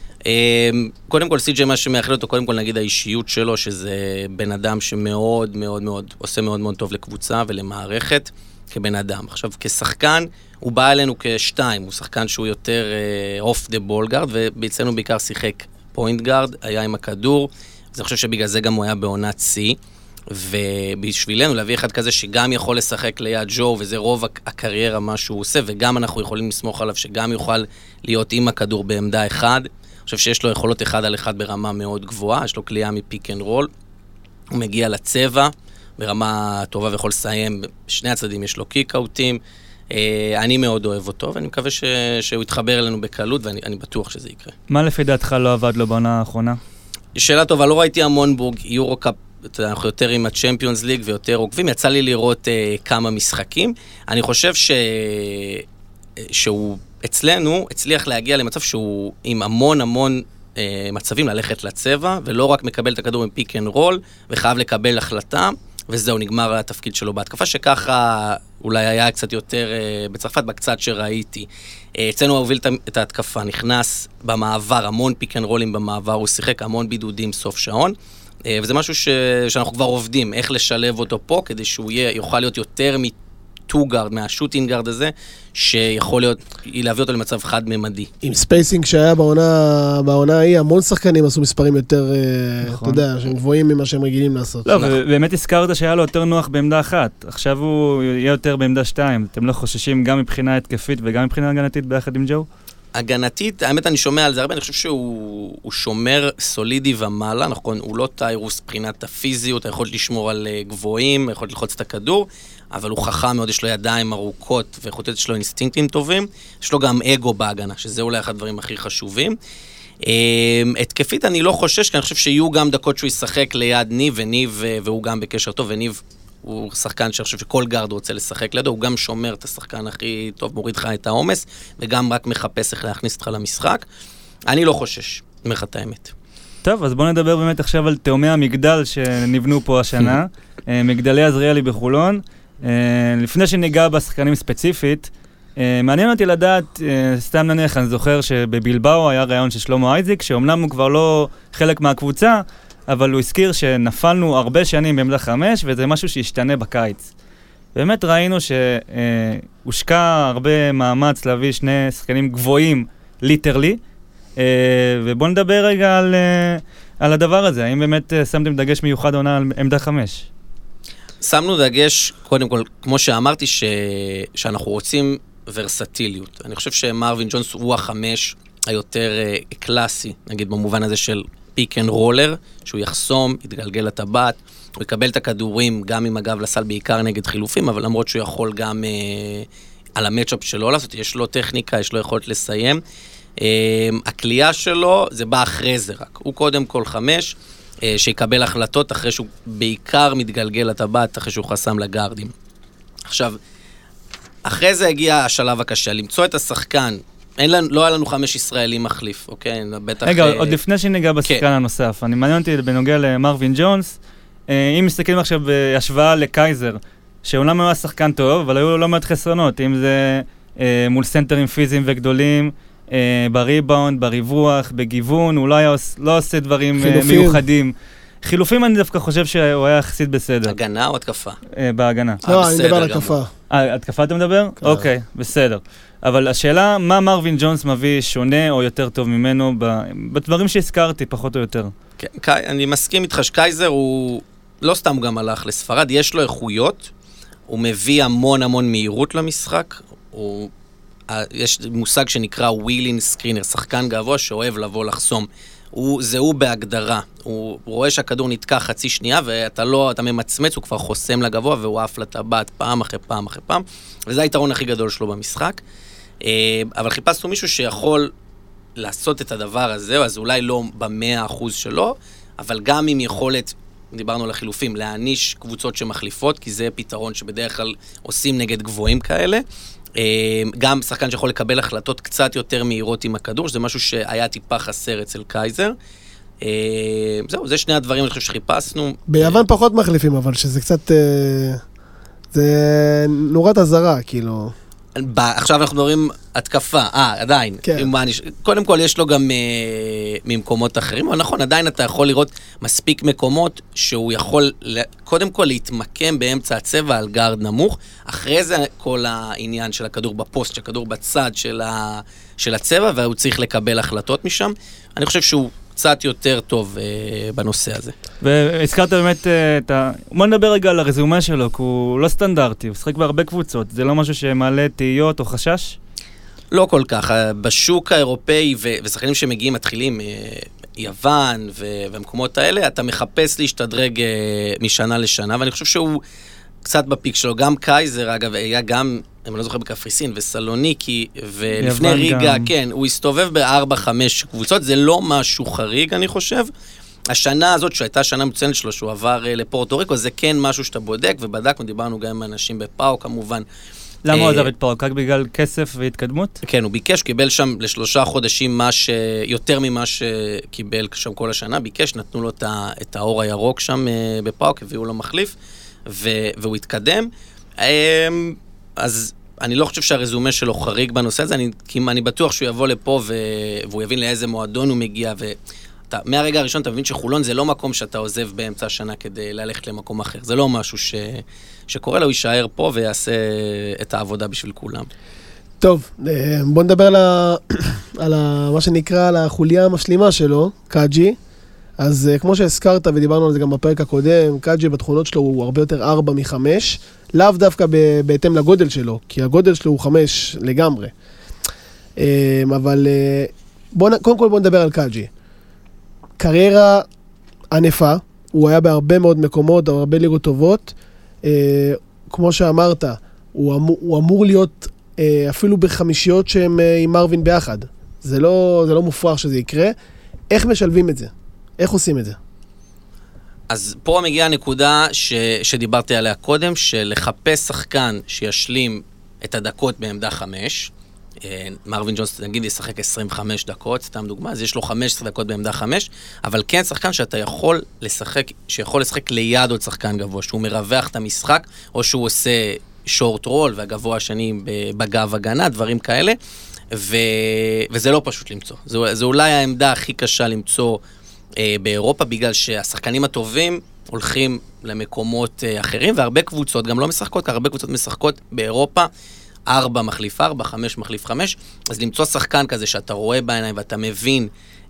קודם כל סי.ג'יי מה שמאחל אותו, קודם כל נגיד האישיות שלו, שזה בן אדם שמאוד מאוד מאוד, עושה מאוד מאוד טוב לקבוצה ולמערכת כבן אדם. עכשיו כשחקן, הוא בא אלינו כשתיים, הוא שחקן שהוא יותר off the ball guard, ובעצנו בעיקר שיחק point guard, היה עם הכדור, אז אני חושב שבגלל זה גם הוא היה בעונת C, ובשבילנו להביא אחד כזה שגם יכול לשחק ליד ג'ו, וזה רוב הקריירה מה שהוא עושה, וגם אנחנו יכולים לסמוך עליו שגם יוכל להיות עם הכדור בעמדה אחד. אני חושב שיש לו יכולות אחד על אחד ברמה מאוד גבוהה, יש לו קליעה מפיק אנד רול, הוא מגיע לצבע ברמה טובה ויכול לסיים, בשני הצדדים יש לו קיק-אוטים, אני מאוד אוהב אותו, ואני מקווה שהוא יתחבר אלינו בקלות, ואני בטוח שזה יקרה. מה לפי דעתך לא עבד לו בעונה האחרונה? שאלה טובה, לא ראיתי המון בורג, יורו-קאפ, אנחנו יותר עם הצ'מפיונס ליג ויותר עוקבים, יצא לי לראות כמה משחקים, אני חושב שהוא אצלנו הצליח להגיע למצב שהוא עם המון המון מצבים ללכת לצבע, ולא רק מקבל את הכדור עם פיק אנד רול, וחייב לקבל החלטה, וזהו, נגמר התפקיד שלו בהתקפה, שככה אולי היה קצת יותר בצרפת, בקצת שראיתי. אצלנו הוא הוביל את ההתקפה, נכנס במעבר, המון פיק אנד רולים במעבר, הוא שיחק המון בידודים סוף שעון, וזה משהו שאנחנו כבר עובדים, איך לשלב אותו פה, כדי שהוא יוכל להיות יותר טו-גארד, מהשוטינג גארד הזה, שיכול להיות, להביא אותו למצב חד-ממדי. עם ספייסינג שהיה בעונה ההיא, המון שחקנים עשו מספרים יותר, אתה יודע, שהם גבוהים ממה שהם רגילים לעשות. לא, ובאמת הזכרת שהיה לו יותר נוח בעמדה אחת. עכשיו הוא יהיה יותר בעמדה 2. אתם לא חוששים גם מבחינה התקפית וגם מבחינה הגנתית ביחד עם ג'ו? הגנתית, האמת אני שומע על זה הרבה, אני חושב שהוא שומר סולידי ומעלה, נכון, הוא לא טיירוס מבחינת הפיזיות, היכול לשמור על גבוהים, היכול ללחוץ את הכדור, אבל הוא חכם מאוד, יש לו ידיים ארוכות, ויכולת יש לו אינסטינקטים טובים, יש לו גם אגו בהגנה, שזה אולי אחד הדברים הכי חשובים. התקפית אני לא חושש, כי אני חושב שיהיו גם דקות שהוא ישחק ליד ניב, וניב, והוא גם בקשר טוב, וניב הוא שחקן שאני חושב שכל גארד רוצה לשחק לידו, הוא גם שומר את השחקן הכי טוב, מוריד לך את העומס, וגם רק מחפש איך להכניס אותך למשחק. אני לא חושש, אומר את האמת. טוב, אז בואו נדבר באמת עכשיו על תאומי המגדל שנבנו פה השנה, מגדלי עזריאלי בחולון. לפני שניגע בשחקנים ספציפית, מעניין אותי לדעת, סתם נניח, אני זוכר שבבילבאו היה רעיון של שלמה אייזיק, שאומנם הוא כבר לא חלק מהקבוצה, אבל הוא הזכיר שנפלנו הרבה שנים בעמדה 5, וזה משהו שישתנה בקיץ. באמת ראינו שהושקע הרבה מאמץ להביא שני שחקנים גבוהים, ליטרלי, ובואו נדבר רגע על הדבר הזה. האם באמת שמתם דגש מיוחד עונה על עמדה 5? שמנו דגש, קודם כל, כמו שאמרתי, שאנחנו רוצים ורסטיליות. אני חושב שמרווין ג'ונס הוא ה5 היותר קלאסי, נגיד במובן הזה של פיק אנד רולר, שהוא יחסום, יתגלגל לטבעת, הוא יקבל את הכדורים גם עם הגב לסל בעיקר נגד חילופים, אבל למרות שהוא יכול גם על המאצ'אפ שלו לעשות, יש לו טכניקה, יש לו יכולת לסיים. הקליעה שלו, זה בא אחרי זה רק. הוא קודם כל 5, שיקבל החלטות אחרי שהוא בעיקר מתגלגל לטבעת, אחרי שהוא חסם לגארדים. עכשיו, אחרי זה הגיע השלב הקשה, למצוא את השחקן, לא היה לנו 5 ישראלים מחליף, אוקיי? בטח... רגע, עוד לפני שניגע בשחקן הנוסף, אני מעניין אותי בנוגע למרווין ג'ונס, אם מסתכלים עכשיו בהשוואה לקייזר, שאומנם היה שחקן טוב, אבל היו לא מעט חסרונות, אם זה מול סנטרים פיזיים וגדולים, בריבאונד, בריווח, בגיוון, הוא לא עושה דברים מיוחדים. חילופים אני דווקא חושב שהוא היה יחסית בסדר. הגנה או התקפה? בהגנה. לא, אני מדבר על התקפה. התקפה אתה מדבר? אוקיי, בסדר. אבל השאלה, מה מרווין ג'ונס מביא שונה או יותר טוב ממנו בדברים שהזכרתי, פחות או יותר? כן, אני מסכים איתך שקייזר הוא לא סתם גם הלך לספרד, יש לו איכויות, הוא מביא המון המון מהירות למשחק, יש מושג שנקרא ווילין סקרינר, שחקן גבוה שאוהב לבוא לחסום. זה הוא בהגדרה, הוא רואה שהכדור נתקע חצי שנייה ואתה ממצמץ, הוא כבר חוסם לגבוה והוא עף לטבעת פעם אחרי פעם אחרי פעם, וזה היתרון הכי גדול שלו במשחק. אבל חיפשנו מישהו שיכול לעשות את הדבר הזה, אז אולי לא ב100% שלו, אבל גם עם יכולת, דיברנו על החילופים, להעניש קבוצות שמחליפות, כי זה פתרון שבדרך כלל עושים נגד גבוהים כאלה. גם שחקן שיכול לקבל החלטות קצת יותר מהירות עם הכדור, שזה משהו שהיה טיפה חסר אצל קייזר. זהו, זה שני הדברים אני חושב שחיפשנו. ביוון פחות מחליפים, אבל שזה קצת... זה נורת הזרה, כאילו... עכשיו אנחנו מדברים התקפה, עדיין. כן. קודם כל יש לו גם ממקומות אחרים, אבל נכון, עדיין אתה יכול לראות מספיק מקומות שהוא יכול קודם כל להתמקם באמצע הצבע על גארד נמוך, אחרי זה כל העניין של הכדור בפוסט, שהכדור בצד של הצבע, והוא צריך לקבל החלטות משם. אני חושב שהוא קצת יותר טוב בנושא הזה. והזכרת באמת בוא נדבר רגע על הרזומה שלו, כי הוא לא סטנדרטי, הוא שחק בהרבה קבוצות, זה לא משהו שמעלה תהיות או חשש? לא כל כך, בשוק האירופאי ושחקנים שמגיעים מתחילים יוון והמקומות האלה, אתה מחפש להשתדרג משנה לשנה, ואני חושב שהוא קצת בפיק שלו, גם קייזר אגב, היה גם, אני לא זוכר בקפריסין וסלוניקי, ולפני ריגה, כן, הוא הסתובב ב4-5 קבוצות, זה לא משהו חריג אני חושב, השנה הזאת שהייתה שנה מצוינת שלו, שהוא עבר לפורטו ריקו, זה כן משהו שאתה בודק, ובדקנו, דיברנו גם עם אנשים בפאו כמובן. למה הוא עזב את פאו? רק בגלל כסף והתקדמות? כן, הוא ביקש, קיבל שם ל3 חודשים יותר ממה שקיבל שם כל השנה, ביקש, נתנו לו את האור הירוק שם בפאו, הביאו לו מחליף, והוא התקדם. אז אני לא חושב שהרזומה שלו חריג בנושא הזה, אני בטוח שהוא יבוא לפה והוא יבין לאיזה מועדון הוא מגיע, מהרגע הראשון אתה מבין שחולון זה לא מקום שאתה עוזב באמצע השנה כדי ללכת למקום אחר. זה לא משהו שקורה לו, הוא יישאר פה ויעשה את העבודה בשביל כולם. טוב, בוא נדבר על מה שנקרא, על החוליה המשלימה שלו, קאג'י. אז כמו שהזכרת ודיברנו על זה גם בפרק הקודם, קאג'י בתכונות שלו הוא הרבה יותר 4-5, לאו דווקא בהתאם לגודל שלו, כי הגודל שלו הוא 5 לגמרי. אבל קודם כל בוא נדבר על קאג'י. קריירה ענפה, הוא היה בהרבה מאוד מקומות, הרבה ליגות טובות. כמו שאמרת, הוא אמור להיות אפילו בחמישיות שהם עם מרווין ביחד. זה לא מופרך שזה יקרה. איך משלבים את זה? איך עושים את זה? אז פה מגיעה הנקודה שדיברתי עליה קודם, שלחפש שחקן שישלים את הדקות בעמדה 5, מרווין ג'ונס, נגיד, ישחק 25 דקות, סתם דוגמה, אז יש לו 15 דקות בעמדה 5, אבל כן שחקן שאתה יכול לשחק ליד עוד שחקן גבוה, שהוא מרווח את המשחק, או שהוא עושה שורט רול, והגבוה השני בגב הגנה, דברים כאלה, וזה לא פשוט למצוא. זה אולי העמדה הכי קשה למצוא באירופה, בגלל שהשחקנים הטובים הולכים למקומות אחרים, והרבה קבוצות גם לא משחקות, הרבה קבוצות משחקות באירופה, 4 מחליף 4, 5 מחליף 5, אז למצוא שחקן כזה שאתה רואה בעיניים ואתה מבין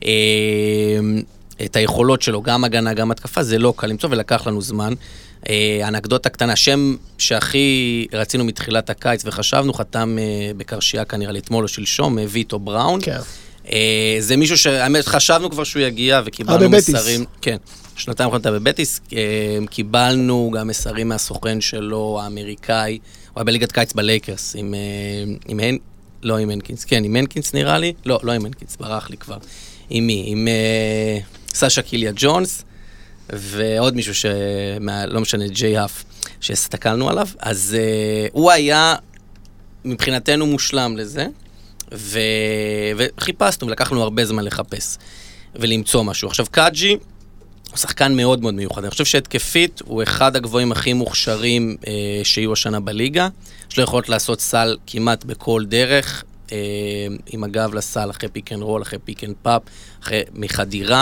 את היכולות שלו, גם הגנה, גם התקפה, זה לא קל למצוא ולקח לנו זמן. אנקדוטה קטנה, שם שהכי רצינו מתחילת הקיץ וחשבנו, חתם בקרשייה כנראה לתמול או שלשום, ויטו בראון. כן. זה מישהו שהאמת חשבנו כבר שהוא יגיע, וקיבלנו מסרים. כן, שנתיים אחרונות בבטיס, קיבלנו גם מסרים מהסוכן שלו, האמריקאי, הוא היה בליגת קיץ בלייקרס, לא עם הנקינס, כן, עם הנקינס נראה לי, לא עם הנקינס, ברח לי כבר. עם מי? עם סאשה קיליה ג'ונס, ועוד מישהו לא משנה, ג'יי האף, שהסתכלנו עליו, אז הוא היה מבחינתנו מושלם לזה, וחיפשנו, ולקחנו הרבה זמן לחפש, ולמצוא משהו. עכשיו, קאג'י הוא שחקן מאוד מאוד מיוחד. אני חושב שהתקפית הוא אחד הגבוהים הכי מוכשרים שיהיו השנה בליגה. יש לו יכולת לעשות סל כמעט בכל דרך, עם הגב לסל, אחרי פיק אנד רול, אחרי פיק אנד פאפ, אחרי מחדירה.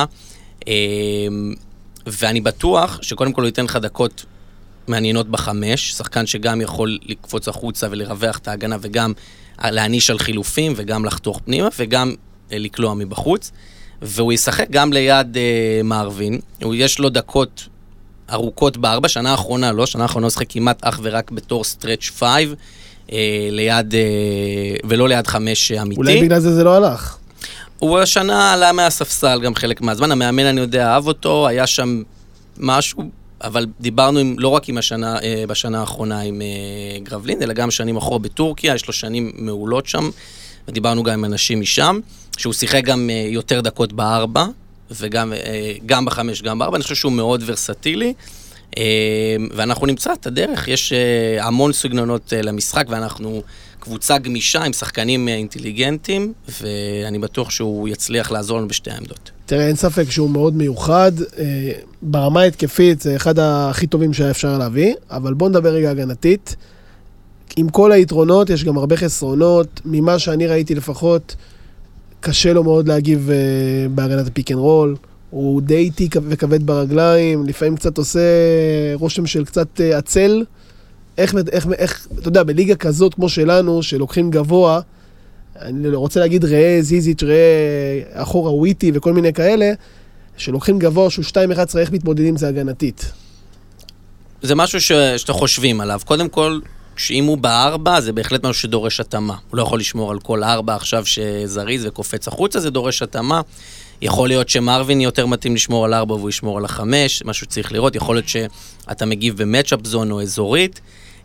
ואני בטוח שקודם כל הוא ייתן לך דקות מעניינות בחמש, שחקן שגם יכול לקפוץ החוצה ולרווח את ההגנה, וגם להניש על חילופים, וגם לחתוך פנימה, וגם לקלוע מבחוץ. והוא ישחק גם ליד מרווין. יש לו דקות ארוכות בארבע, שנה האחרונה לא, שנה האחרונה הוא שחק כמעט אך ורק בתור סטרץ' 5, ליד, ולא ליד 5 אמיתי. אולי בגלל זה לא הלך. הוא השנה עלה מהספסל גם חלק מהזמן, המאמן אני יודע אהב אותו, היה שם משהו, אבל דיברנו לא רק בשנה האחרונה עם גרבלין, אלא גם שנים אחורה בטורקיה, יש לו שנים מעולות שם, ודיברנו גם עם אנשים משם, שהוא שיחק גם יותר דקות בארבע, וגם בחמש, גם בארבע, אני חושב שהוא מאוד ורסטילי, ואנחנו נמצא את הדרך, יש המון סגנונות למשחק, ואנחנו קבוצה גמישה עם שחקנים אינטליגנטים, ואני בטוח שהוא יצליח לעזור לנו בשתי העמדות. תראה, אין ספק שהוא מאוד מיוחד, ברמה התקפית זה אחד הכי טובים שהיה אפשר להביא, אבל בוא נדבר רגע הגנתית, עם כל היתרונות יש גם הרבה חסרונות, ממה שאני ראיתי לפחות, קשה לו מאוד להגיב בהגנת הפיק אנד רול, הוא די איטי וכבד ברגליים, לפעמים קצת עושה רושם של קצת עצל, איך, אתה יודע, בליגה כזאת כמו שלנו, שלוקחים גבוה, אני רוצה להגיד ראה זיזיץ', ראה אחורה וויטי וכל מיני כאלה, שלוקחים גבוה שהוא 2-11, איך מתמודדים זה הגנתית. זה משהו שאתה חושבים עליו. קודם כל, שאם הוא בארבע, זה בהחלט משהו שדורש התאמה. הוא לא יכול לשמור על כל ארבע עכשיו שזריז וקופץ החוצה, זה דורש התאמה. יכול להיות שמרווין יותר מתאים לשמור על ארבע והוא ישמור על החמש, משהו צריך לראות. יכול להיות שאתה מגיב במאצ'אפ זון או אזורית,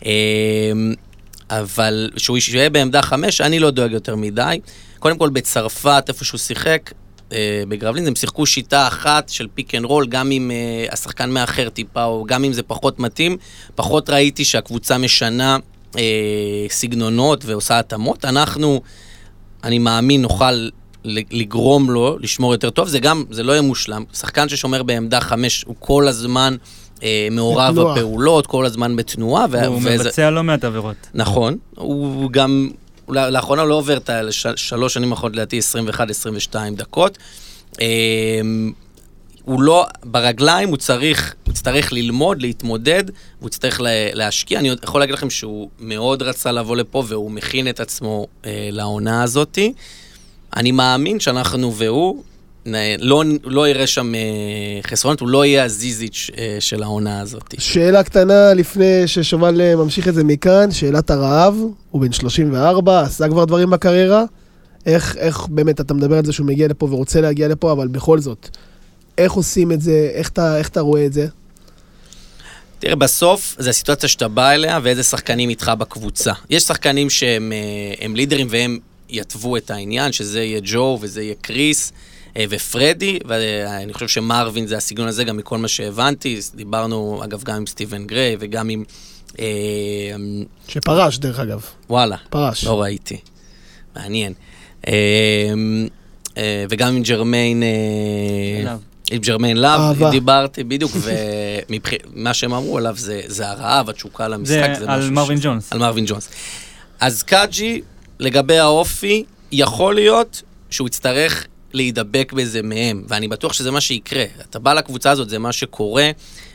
אבל שהוא יהיה בעמדה 5, אני לא דואג יותר מדי. קודם כל בצרפת, איפה שהוא שיחק, בגרבלין, הם שיחקו שיטה אחת של פיק אנד רול, גם אם השחקן מאחר טיפה, או גם אם זה פחות מתאים, פחות ראיתי שהקבוצה משנה סגנונות ועושה התאמות. אני מאמין, נוכל לגרום לו לשמור יותר טוב, זה לא יהיה מושלם. שחקן ששומר בעמדה 5, הוא כל הזמן מעורב בפעולות, כל הזמן בתנועה. הוא מבצע לא מעט עבירות. נכון, הוא גם, לאחרונה לא עובר את 3 שנים האחרונות לדעתי 21-22 דקות. הוא לא, ברגליים הוא צריך ללמוד, להתמודד, והוא צריך להשקיע. אני יכול להגיד לכם שהוא מאוד רצה לבוא לפה, והוא מכין את עצמו לעונה הזאת. אני מאמין שאנחנו והוא, לא יראה שם חסרונות, הוא לא יהיה הזיזיץ' של העונה הזאת. שאלה קטנה לפני ששובל ממשיך את זה מכאן, שאלת הרעב, הוא בן 34, עשה כבר דברים בקריירה, איך באמת אתה מדבר על זה שהוא מגיע לפה ורוצה להגיע לפה, אבל בכל זאת, איך עושים את זה, איך אתה רואה את זה? תראה, בסוף זה הסיטואציה שאתה בא אליה, ואיזה שחקנים איתך בקבוצה. יש שחקנים שהם לידרים והם יתוו את העניין, שזה יהיה ג'ו וזה יהיה קריס, ופרדי, ואני חושב שמרווין זה הסגנון הזה, גם מכל מה שהבנתי, דיברנו אגב גם עם סטיבן גריי, וגם עם... שפרש דרך אגב. וואלה. פרש. לא ראיתי. מעניין. וגם עם ג'רמיין... עם ג'רמיין לאב, דיברתי בדיוק, ומה שהם אמרו עליו זה הרעב, התשוקה למשחק. זה על מרווין ג'ונס. על מרווין ג'ונס. אז קאג'י, לגבי האופי, יכול להיות שהוא יצטרך להידבק בזה מהם, ואני בטוח שזה מה שיקרה. אתה בא לקבוצה הזאת, זה מה שקורה.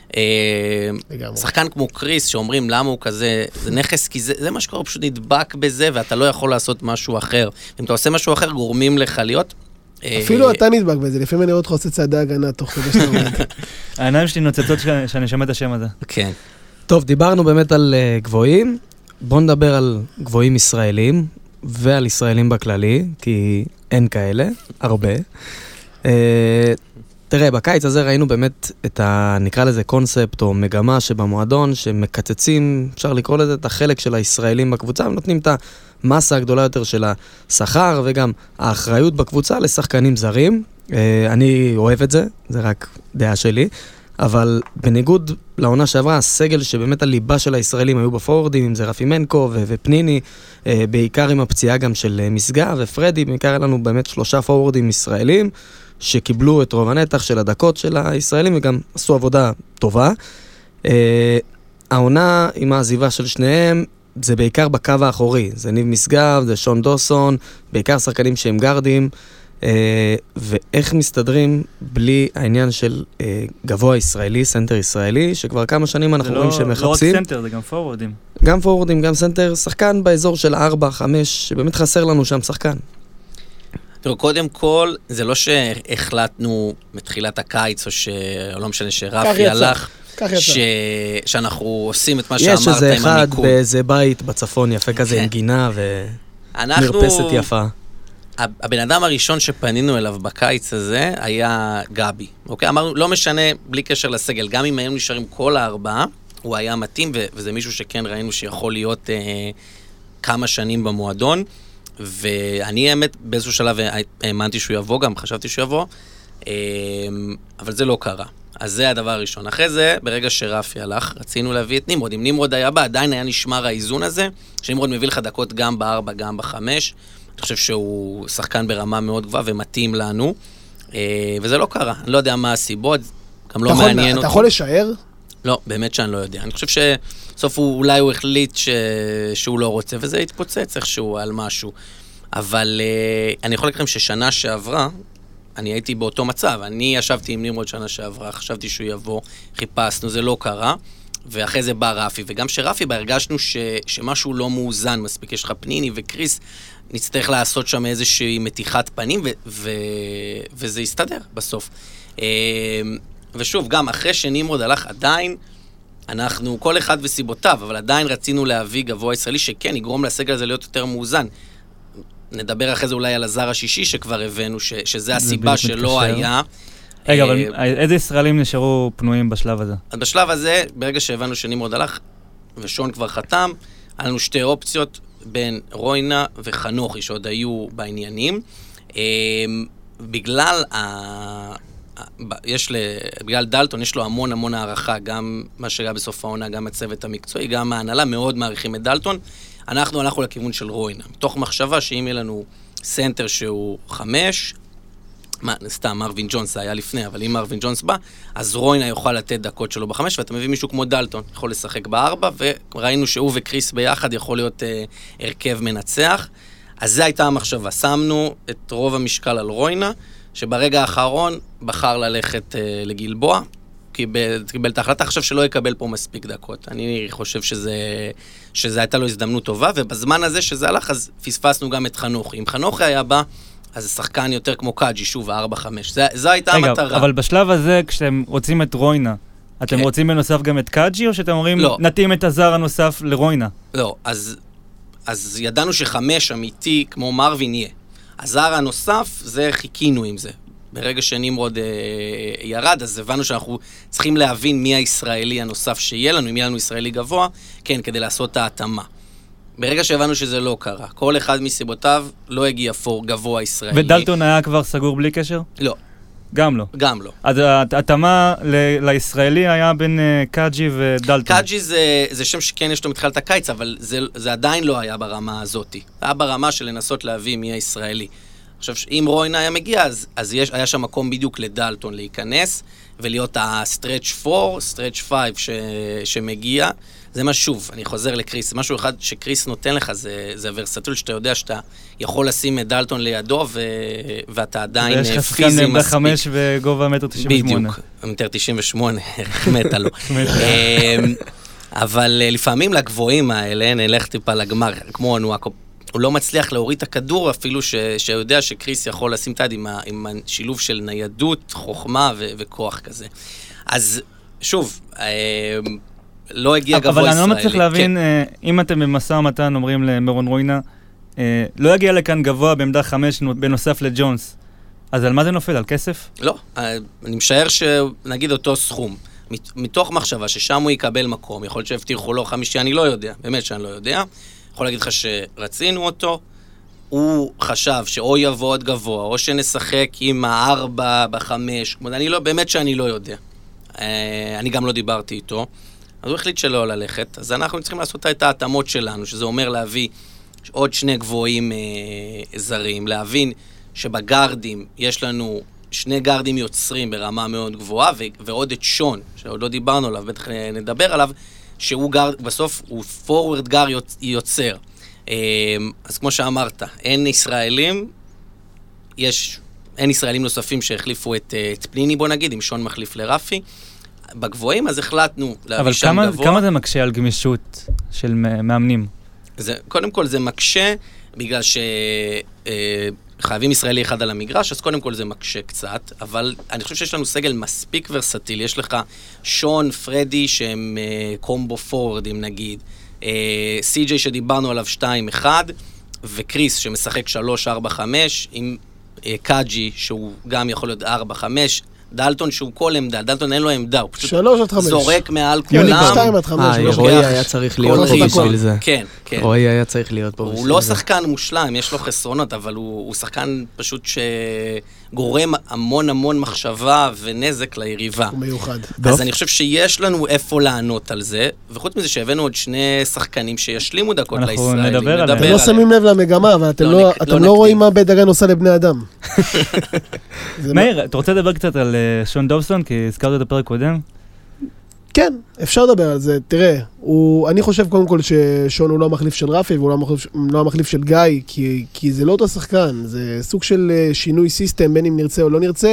שחקן כמו קריס, שאומרים למה הוא כזה, זה נכס, כי זה מה שקורה, פשוט נדבק בזה, ואתה לא יכול לעשות משהו אחר. אם אתה עושה משהו אחר, גורמים לך להיות... אפילו אתה נדבק בזה, לפעמים אני רואה אותך עושה צעדי הגנה תוך כדי שאתה עומד. העיניים שלי נוצצות שאני שומע את השם הזה. כן. טוב, דיברנו באמת על גבוהים, בואו נדבר על גבוהים ישראלים. ועל ישראלים בכללי, כי אין כאלה, הרבה. תראה, בקיץ הזה ראינו באמת את נקרא לזה קונספט או מגמה שבמועדון, שמקצצים, אפשר לקרוא לזה, את החלק של הישראלים בקבוצה, ונותנים את המסה הגדולה יותר של השכר, וגם האחריות בקבוצה לשחקנים זרים. אני אוהב את זה, זה רק דעה שלי, אבל בניגוד לעונה שעברה, הסגל שבאמת הליבה של הישראלים היו בפורורדים, אם זה רפי מנקו ופניני, בעיקר עם הפציעה גם של מסגה ופרדי, בעיקר היה לנו באמת 3 פורורדים ישראלים, שקיבלו את רוב הנתח של הדקות של הישראלים, וגם עשו עבודה טובה. העונה עם העזיבה של שניהם, זה בעיקר בקו האחורי, זה ניב מסגב, זה שון דוסון, בעיקר שחקנים שהם גרדים, ואיך מסתדרים בלי העניין של גבוה ישראלי, סנטר ישראלי, שכבר כמה שנים אנחנו רואים שהם מחפשים. לא רק סנטר, זה גם פורורדים. גם פורורדים, גם סנטר, שחקן באזור של 4-5, שבאמת חסר לנו שם שחקן. תראו, קודם כל, זה לא שהחלטנו מתחילת הקיץ, או לא משנה שרפי הלך, שאנחנו עושים את מה שאמרת עם המיקוד. יש איזה אחד באיזה בית בצפון יפה כזה עם גינה ומרפסת יפה. הבן אדם הראשון שפנינו אליו בקיץ הזה היה גבי. אוקיי? אמרנו, לא משנה, בלי קשר לסגל, גם אם היינו נשארים כל 4, הוא היה מתאים, וזה מישהו שכן ראינו שיכול להיות כמה שנים במועדון, ואני האמת באיזשהו שלב האמנתי שהוא יבוא, גם חשבתי שהוא יבוא, אבל זה לא קרה. אז זה הדבר הראשון. אחרי זה, ברגע שרפי הלך, רצינו להביא את נמרוד. אם נמרוד היה בא, עדיין היה נשמר האיזון הזה, שנמרוד מביא לך דקות גם ב4, גם ב5. אני חושב שהוא שחקן ברמה מאוד גבוהה ומתאים לנו, וזה לא קרה. אני לא יודע מה הסיבות, גם לא מעניין אותי. אתה יכול לשער? לא, באמת שאני לא יודע. אני חושב שסוף אולי הוא החליט שהוא לא רוצה, וזה התפוצץ איכשהו על משהו. אבל אני יכול להגיד לכם ששנה שעברה, אני הייתי באותו מצב. אני ישבתי עם נמרוד שנה שעברה, חשבתי שהוא יבוא, חיפשנו, זה לא קרה. ואחרי זה בא רפי, וגם שרפי בהרגשנו שמשהו לא מאוזן מספיק, יש לך פניני וקריס, נצטרך לעשות שם איזושהי מתיחת פנים, וזה יסתדר בסוף. ושוב, גם אחרי שנמרוד הלך עדיין, אנחנו, כל אחד וסיבותיו, אבל עדיין רצינו להביא גבוה ישראלי, שכן יגרום לסגל הזה להיות יותר מאוזן. נדבר אחרי זה אולי על הזר השישי, שכבר הבאנו, שזה הסיבה שלא היה. רגע, אבל איזה ישראלים נשארו פנויים בשלב הזה? אז בשלב הזה, ברגע שהבנו שנמרוד הלך, ושון כבר חתם, היה לנו 2 אופציות בין רוינה וחנוכי, שעוד היו בעניינים. בגלל דלטון יש לו המון הערכה, גם מה שהיה בסוף העונה, גם הצוות המקצועי, גם ההנהלה, מאוד מעריכים את דלטון. אנחנו הלכנו לכיוון של רוינה, מתוך מחשבה שאם יהיה לנו סנטר שהוא 5, סתם, מרווין ג'ונס היה לפני, אבל אם מרווין ג'ונס בא, אז רוינה יוכל לתת דקות שלו ב5, ואתה מביא מישהו כמו דלטון, יכול לשחק ב4, וראינו שהוא וקריס ביחד יכול להיות הרכב מנצח. אז זה הייתה המחשבה. שמנו את רוב המשקל על רוינה, שברגע האחרון בחר ללכת לגלבוע, קיבל את ההחלטה, חושב שלא יקבל פה מספיק דקות. אני חושב שזה הייתה לו הזדמנות טובה, ובזמן הזה שזה הלך, אז פספסנו גם את חנוכי. אם חנוכי היה בא, אז זה שחקן יותר כמו קאג'י, שוב, 4-5. זו הייתה המטרה. אבל בשלב הזה, כשאתם רוצים את רוינה, אתם רוצים בנוסף גם את קאג'י, או שאתם אומרים, נתאים את הזר הנוסף לרוינה? לא, אז ידענו ש5 אמיתי כמו מרווין יהיה. הזר הנוסף, זה חיכינו עם זה. ברגע שנמרוד ירד, אז הבנו שאנחנו צריכים להבין מי הישראלי הנוסף שיהיה לנו, אם יהיה לנו ישראלי גבוה, כן, כדי לעשות את ההתאמה. ברגע שהבנו שזה לא קרה, כל אחד מסיבותיו לא הגיע פור גבוה ישראלי. ודלטון היה כבר סגור בלי קשר? לא. גם לא? גם לא. אז ההתאמה לישראלי היה בין קאג'י ודלטון. קאג'י זה שם שכן יש לו מתחילת הקיץ, אבל זה עדיין לא היה ברמה הזאת. זה היה ברמה של לנסות להביא מי הישראלי. עכשיו, אם רוינה היה מגיע, אז היה שם מקום בדיוק לדלטון להיכנס, ולהיות ה-stretch 4, stretch 5 שמגיע. זה מה שוב, אני חוזר לקריס, משהו אחד שקריס נותן לך, זה ורסטיל שאתה יודע שאתה יכול לשים את דלטון לידו, ואתה עדיין פיזי מספיק. ויש לך שחקן 5 וגובה 1.98 מטר. בדיוק, 1.98 מטר, מתה לו. אבל לפעמים לגבוהים האלה, נלך טיפה לגמר, כמו הנועקו, הוא לא מצליח להוריד את הכדור, אפילו שיודע שקריס יכול לשים את היד עם השילוב של ניידות, חוכמה וכוח כזה. אז שוב, לא הגיע גבוה ישראלי. אבל אני לא מצליח להבין, אם אתם במשא ומתן אומרים למרון רוינה, לא יגיע לכאן גבוה בעמדה 5 בנוסף לג'ונס, אז על מה זה נופל? על כסף? לא, אני משער שנגיד אותו סכום. מתוך מחשבה ששם הוא יקבל מקום, יכול להיות שהבטיחו לו 5, אני לא יודע, באמת שאני לא יודע. יכול להגיד לך שרצינו אותו, הוא חשב שאו יבוא עוד גבוה, או שנשחק עם 4 ב-5, אני לא, באמת שאני לא יודע. אני גם לא דיברתי איתו, אז הוא החליט שלא ללכת, אז אנחנו צריכים לעשות את ההתאמות שלנו, שזה אומר להביא עוד 2 גבוהים זרים, להבין שבגרדים יש לנו 2 גרדים יוצרים ברמה מאוד גבוהה, ועוד את שון, שעוד לא דיברנו עליו, בטח נדבר עליו, שהוא גרד, בסוף הוא פורוורד גר יוצר. אז כמו שאמרת, אין ישראלים נוספים שהחליפו את פניני, בוא נגיד, עם שון מחליף לרפי. בגבוהים, אז החלטנו להביא שם גבוה. אבל כמה זה מקשה על גמישות של מאמנים? קודם כל זה מקשה, בגלל חייבים ישראלי אחד על המגרש, אז קודם כל זה מקשה קצת, אבל אני חושב שיש לנו סגל מספיק ורסטילי. יש לך שון, פרדי, שהם קומבו פורורדים נגיד, סי.ג'יי שדיברנו עליו 2-1, וקריס שמשחק 3-4-5, עם קאג'י שהוא גם יכול להיות 4-5, דלטון שהוא כל עמדה, דלטון אין לו עמדה, הוא פשוט זורק מעל כולם. רועי היה צריך להיות פה בשביל זה. כן, כן. רועי היה צריך להיות פה בשביל זה. הוא לא שחקן מושלם, יש לו חסרונות, אבל הוא שחקן פשוט שגורם המון המון מחשבה ונזק ליריבה. הוא מיוחד. אז אני חושב שיש לנו איפה לענות על זה, וחוץ מזה שהבאנו עוד 2 שחקנים שישלימו דקות לישראלים. אנחנו נדבר עליהם. אתם לא שמים לב למגמה, אבל אתם לא רואים מה בית דגן עושה לבני אדם. מאיר, אתה רוצה לדבר קצת על שון דובסון, כי הזכרת את הפרק קודם? כן, אפשר לדבר על זה. תראה, אני חושב קודם כל ששון הוא לא המחליף של רפי, והוא לא המחליף של גיא, כי זה לא אותו שחקן, זה סוג של שינוי סיסטם, בין אם נרצה או לא נרצה.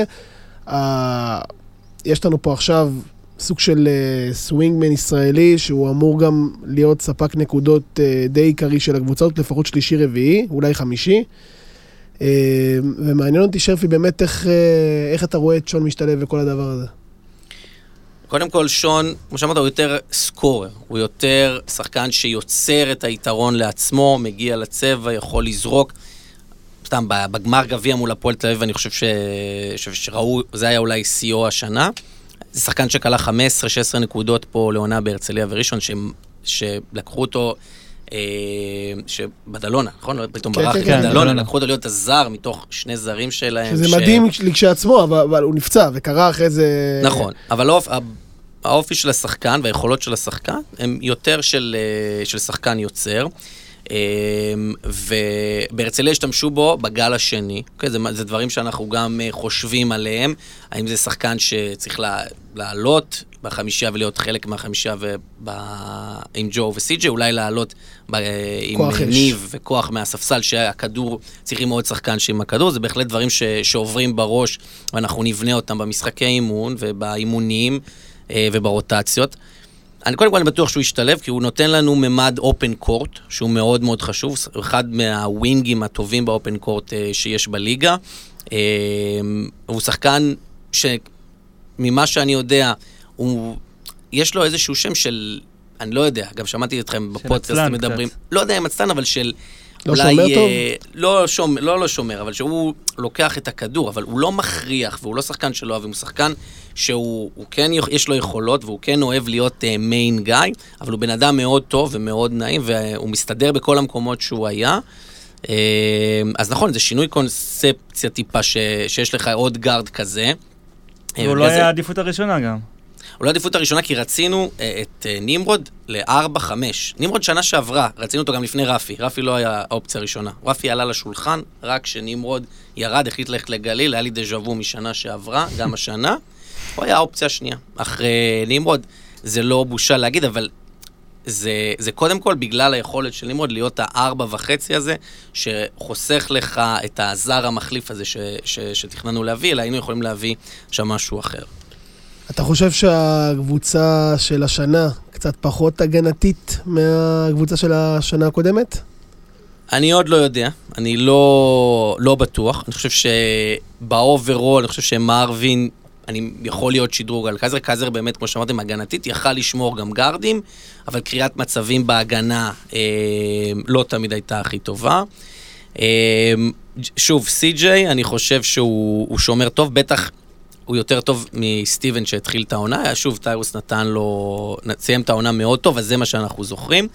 יש לנו פה עכשיו סוג של סווינגמן ישראלי, שהוא אמור גם להיות ספק נקודות די עיקרי של הקבוצות, לפחות 3-4, אולי 5. ומעניין אותי שרפי באמת איך אתה רואה את שון משתלב וכל הדבר הזה. קודם כל שון, כמו שאמרת, הוא יותר סקורר, הוא יותר שחקן שיוצר את היתרון לעצמו, מגיע לצבע, יכול לזרוק. סתם, בגמר גביע מול הפועל תל אביב, אני חושב שראו, זה היה אולי CO השנה. זה שחקן שקלה 15-16 נקודות פה לעונה בהרצליה וראשון, שלקחו אותו שבדלונה, נכון? פתאום ברח בדלונה, לקחו אותו להיות הזר מתוך 2 זרים שלהם. שזה מדהים כשעצמו, אבל הוא נפצע וקרה אחרי זה... נכון, אבל האופי של השחקן והיכולות של השחקן הם יותר של שחקן יוצר, ובהרצליה השתמשו בו בגל השני. זה דברים שאנחנו גם חושבים עליהם, האם זה שחקן שצריך לעלות בחמישייה ולהיות חלק מהחמישייה עם ג'ו וסי.ג'יי, אולי לעלות עם ניב וכוח מהספסל שהכדור, צריכים מאוד שחקן שעם הכדור, זה בהחלט דברים שעוברים בראש ואנחנו נבנה אותם במשחקי אימון ובאימונים וברוטציות. קודם כל אני בטוח שהוא ישתלב, כי הוא נותן לנו ממד אופן קורט, שהוא מאוד מאוד חשוב, אחד מהווינגים הטובים באופן קורט שיש בליגה. הוא שחקן שממה שאני יודע, יש לו איזשהו שם של, אני לא יודע, גם שמעתי אתכם בפודקאסט מדברים, לא יודע אם עצלן, אבל של... לא שומר טוב? לא שומר, אבל שהוא לוקח את הכדור, אבל הוא לא מכריח, והוא לא שחקן שלא אוהב, הוא שחקן שהוא כן, יש לו יכולות, והוא כן אוהב להיות מיין גיא, אבל הוא בן אדם מאוד טוב ומאוד נעים, והוא מסתדר בכל המקומות שהוא היה. אז נכון, זה שינוי קונספציה טיפה, שיש לך עוד גארד כזה. הוא לא היה העדיפות הראשונה גם. הוא לא העדיפות הראשונה, כי רצינו את נמרוד ל-4-5. נמרוד שנה שעברה, רצינו אותו גם לפני רפי. רפי לא היה האופציה הראשונה. רפי עלה לשולחן, רק כשנמרוד ירד, החליט ללכת לגליל, היה לי דז'אבו משנה שעברה, גם השנה. הוא היה האופציה השנייה. אחרי נמרוד, זה לא בושה להגיד, אבל זה קודם כל בגלל היכולת של נמרוד להיות ה-4.5 הזה, שחוסך לך את הזר המחליף הזה שתכננו להביא, אלא היינו יכולים להביא שם משהו אחר. אתה חושב שהקבוצה של השנה קצת פחות הגנתית מהקבוצה של השנה הקודמת? אני עוד לא יודע, אני לא בטוח. אני חושב שבאוברול, אני חושב שמרווין, אני יכול להיות שדרוג על קייזר. קייזר באמת, כמו שאמרתם, הגנתית, יכל לשמור גם גארדים, אבל קריאת מצבים בהגנה לא תמיד הייתה הכי טובה. שוב, סי-ג'יי, אני חושב שהוא שומר טוב, בטח הוא יותר טוב מסטיבן שהתחיל את העונה, שוב, טיירוס סיים את העונה מאוד טוב, אז זה מה שאנחנו זוכרים,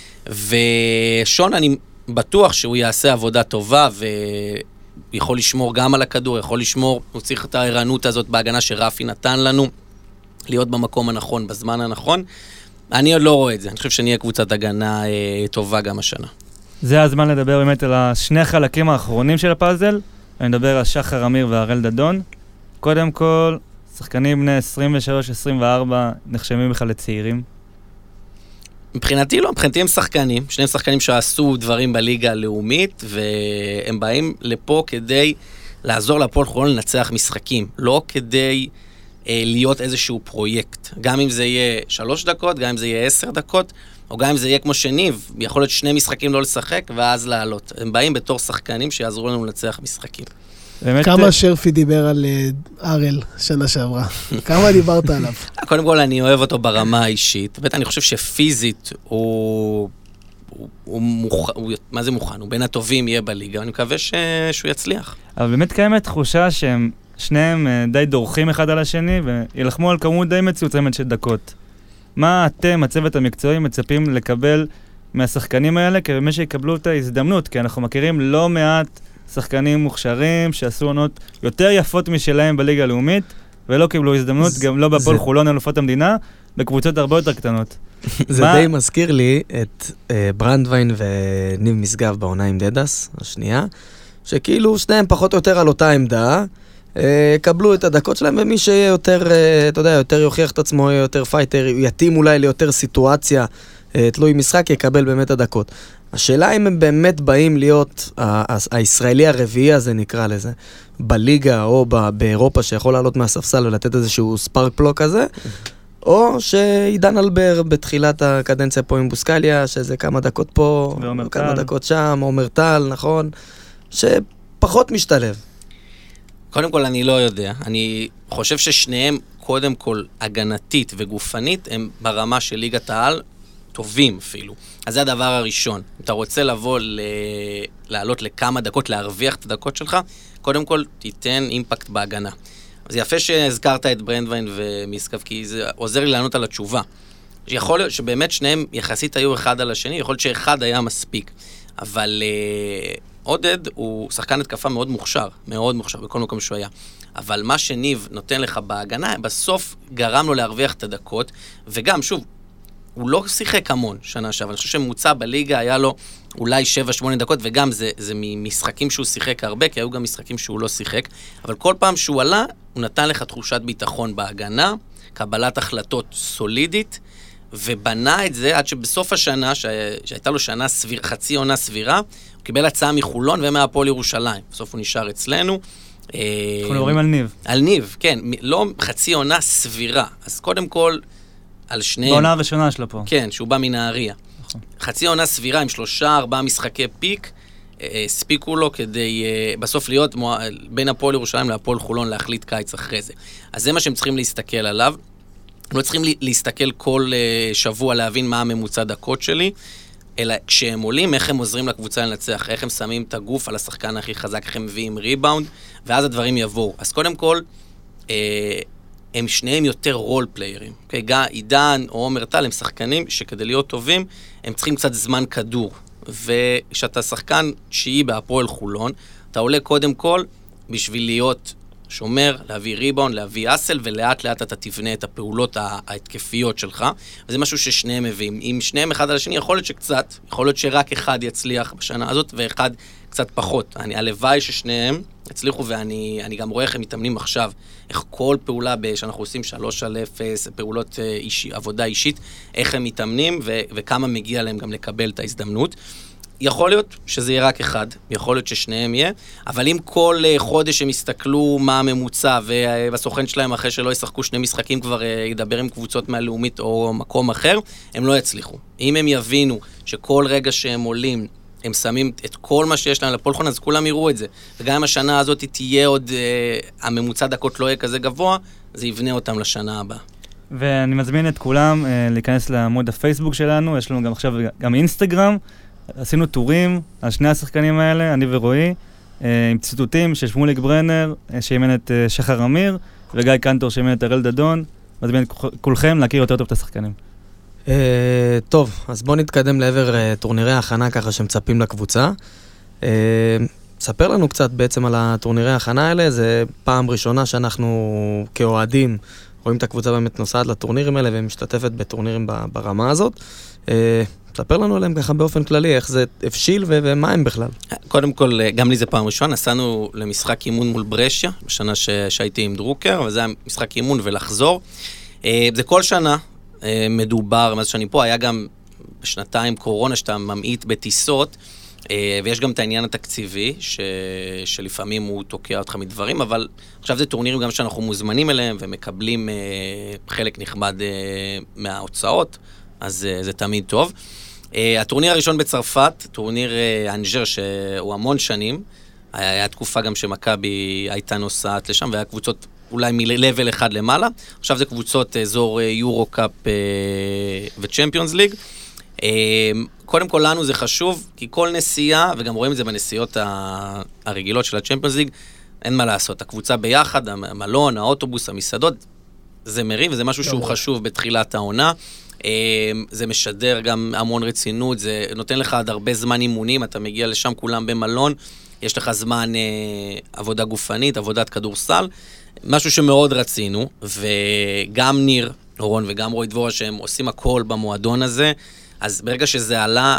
ושון, אני בטוח שהוא יעשה עבודה טובה, ויכול לשמור גם על הכדור, יכול לשמור, הוא צריך את הערנות הזאת בהגנה שרפי נתן לנו, להיות במקום הנכון, בזמן הנכון. אני עוד לא רואה את זה, אני חושב שנהיה קבוצת הגנה טובה גם השנה. זה הזמן לדבר באמת על השני החלקים האחרונים של הפאזל, אני מדבר על שחר אמיר והראל דדון. קודם כל, שחקנים בני 23-24 נחשבים בכלל לצעירים. מבחינתי לא, מבחינתי הם שחקנים, שניהם שחקנים שעשו דברים בליגה הלאומית, והם באים לפה כדי לעזור להפועל חולון לנצח משחקים, לא כדי להיות איזשהו פרויקט. גם אם זה יהיה 3 דקות, גם אם זה יהיה 10 דקות, או גם אם זה יהיה כמו שניב, יכול להיות 2 משחקים לא לשחק, ואז לעלות. הם באים בתור שחקנים שיעזרו לנו לנצח משחקים. כמה שרפי דיבר על ארל שנה שעברה? כמה דיברת עליו? קודם כל, אני אוהב אותו ברמה האישית. באמת, אני חושב שפיזית הוא מה זה מוכן? הוא בין הטובים יהיה בליגה, ואני מקווה שהוא יצליח. אבל באמת קיימת תחושה שהם שניהם די דורכים אחד על השני, וילחמו על כמות די מצומצמת של דקות. מה אתם, הצוות המקצועי, מצפים לקבל מהשחקנים האלה, כמי שיקבלו את ההזדמנות? כי אנחנו מכירים לא מעט שחקנים מוכשרים, שעשו עונות יותר יפות משלהם בליגה הלאומית, ולא קיבלו הזדמנות, גם לא בהפועל חולון אלופות המדינה, בקבוצות הרבה יותר קטנות. זה די מזכיר לי את ברנדווין וניב משגב בעונה עם דדס, השנייה, שכאילו שניהם פחות או יותר על אותה עמדה, קבלו את הדקות שלהם, ומי שיהיה יותר, אתה יודע, יותר יוכיח את עצמו, יותר פייטר, יתאים אולי ליותר סיטואציה, תלוי משחק, יקבל באמת הדקות. השאלה אם הם באמת באים להיות הישראלי הרביעי הזה, נקרא לזה, בליגה או באירופה, שיכול לעלות מהספסל ולתת איזשהו ספארק פלוק הזה, או שעידן אלבר בתחילת הקדנציה פה עם בוסקליה, שזה כמה דקות פה, כמה דקות שם, עומר טל, נכון? שפחות משתלב. קודם כל, אני לא יודע. אני חושב ששניהם, קודם כל, הגנתית וגופנית, הם ברמה של ליגת העל, טובים אפילו. אז זה הדבר הראשון. אם אתה רוצה לבוא לעלות לכמה דקות, להרוויח את הדקות שלך, קודם כל תיתן אימפקט בהגנה. אז יפה שהזכרת את ברנדווין ומיסקב, כי זה עוזר לי לענות על התשובה. יכול להיות שבאמת שניהם יחסית היו אחד על השני, יכול להיות שאחד היה מספיק. אבל עודד הוא שחקן התקפה מאוד מוכשר בכל מקום שהוא היה. אבל מה שניב נותן לך בהגנה, בסוף גרם לו להרוויח את הדקות, וגם, שוב, הוא לא שיחק המון שנה שעברה. אני חושב שממוצע בליגה היה לו אולי 7-8 דקות, וגם זה ממשחקים שהוא שיחק הרבה, כי היו גם משחקים שהוא לא שיחק. אבל כל פעם שהוא עלה, הוא נתן לך תחושת ביטחון בהגנה, קבלת החלטות סולידית, ובנה את זה עד שבסוף השנה, שהייתה לו חצי עונה סבירה, הוא קיבל הצעה מחולון ומהפועל ירושלים. בסוף הוא נשאר אצלנו. אנחנו מדברים על ניב. על ניב, כן. לא חצי עונה סבירה. אז קודם כל, על שניהם. בעונה הראשונה שלו פה. כן, שהוא בא מנהריה. נכון. חצי עונה סבירה עם 3-4 משחקי פיק, הספיקו לו כדי בסוף להיות בין הפועל ירושלים להפועל חולון להחליט קיץ אחרי זה. אז זה מה שהם צריכים להסתכל עליו. הם לא צריכים להסתכל כל שבוע להבין מה הממוצע דקות שלי, אלא כשהם עולים, איך הם עוזרים לקבוצה לנצח, איך הם שמים את הגוף על השחקן הכי חזק, איך הם מביאים ריבאונד, ואז הדברים יבואו. אז קודם כל, הם שניהם יותר רול פליירים. עידן או עומר טל הם שחקנים שכדי להיות טובים, הם צריכים קצת זמן כדור. וכשאתה שחקן תשיעי בהפועל חולון, אתה עולה קודם כל בשביל להיות שומר, להביא ריבאונד, להביא אסל, ולאט לאט אתה תבנה את הפעולות ההתקפיות שלך. וזה משהו ששניהם מביאים. אם שניהם אחד על השני, יכול להיות שקצת, יכול להיות שרק אחד יצליח בשנה הזאת, ואחד קצת פחות. הלוואי ששניהם הצליחו, ואני גם רואה איך הם מתאמנים עכשיו, איך כל פעולה שאנחנו עושים 3-0, פעולות עבודה אישית, איך הם מתאמנים, וכמה מגיע להם גם לקבל את ההזדמנות. יכול להיות שזה יהיה רק אחד, יכול להיות ששניהם יהיה, אבל אם כל חודש הם יסתכלו מה הממוצע, והסוכן שלהם אחרי שלא ישחקו 2 משחקים כבר ידבר עם קבוצות מהלאומית או מקום אחר, הם לא יצליחו. אם הם יבינו שכל רגע שהם עולים, הם שמים את כל מה שיש להם לפועל חולון, אז כולם יראו את זה. וגם אם השנה הזאת תהיה עוד, הממוצע דקות לא יהיה כזה גבוה, זה יבנה אותם לשנה הבאה. ואני מזמין את כולם להיכנס לעמוד הפייסבוק שלנו, יש לנו גם עכשיו גם אינסטגרם, עשינו טורים על שני השחקנים האלה, אני ורועי, עם ציטוטים של שמוליק ברנר, שאימן את שחר אמיר, וגיא קנטור שאימן את הראל דדון, מזמין את כולכם להכיר יותר טוב את השחקנים. טוב, אז בואו נתקדם לעבר טורנירי ההכנה ככה שמצפים לקבוצה. ספר לנו קצת בעצם על הטורנירי ההכנה האלה, זה פעם ראשונה שאנחנו כאוהדים רואים את הקבוצה באמת נוסעת לטורנירים האלה ומשתתפת בטורנירים ברמה הזאת. ספר לנו עליהם ככה באופן כללי, איך זה הפשיל ומה הם בכלל. קודם כל, גם לי זה פעם ראשונה, נסענו למשחק אימון מול ברשיה, בשנה שהייתי עם דרוקר, אבל זה היה משחק אימון ולחזור. זה כל שנה מדובר, מאז שאני פה, היה גם בשנתיים קורונה שאתה ממעיט בטיסות, ויש גם את העניין התקציבי, שלפעמים הוא תוקע אותך מדברים, אבל עכשיו זה טורנירים גם שאנחנו מוזמנים אליהם, ומקבלים חלק נכבד מההוצאות, אז זה תמיד טוב. הטורניר הראשון בצרפת, טורניר אנג'ר, שהוא המון שנים, היה תקופה גם שמכבי הייתה נוסעת לשם, והיה קבוצות אולי מלבל אחד למעלה, עכשיו זה קבוצות אזור יורו-קאפ וצ'מפיונס ליג. קודם כל לנו זה חשוב, כי כל נסיעה, וגם רואים את זה בנסיעות הרגילות של הצ'מפיונס ליג, אין מה לעשות, הקבוצה ביחד, המלון, האוטובוס, המסעדות, זה מרים, וזה משהו שהוא חשוב בתחילת העונה. זה משדר גם המון רצינות, זה נותן לך עד הרבה זמן אימונים, אתה מגיע לשם כולם במלון, יש לך זמן עבודה גופנית, עבודת כדורסל, משהו שמאוד רצינו, וגם ניר אורון וגם רועי דבורה שהם עושים הכל במועדון הזה, אז ברגע שזה עלה,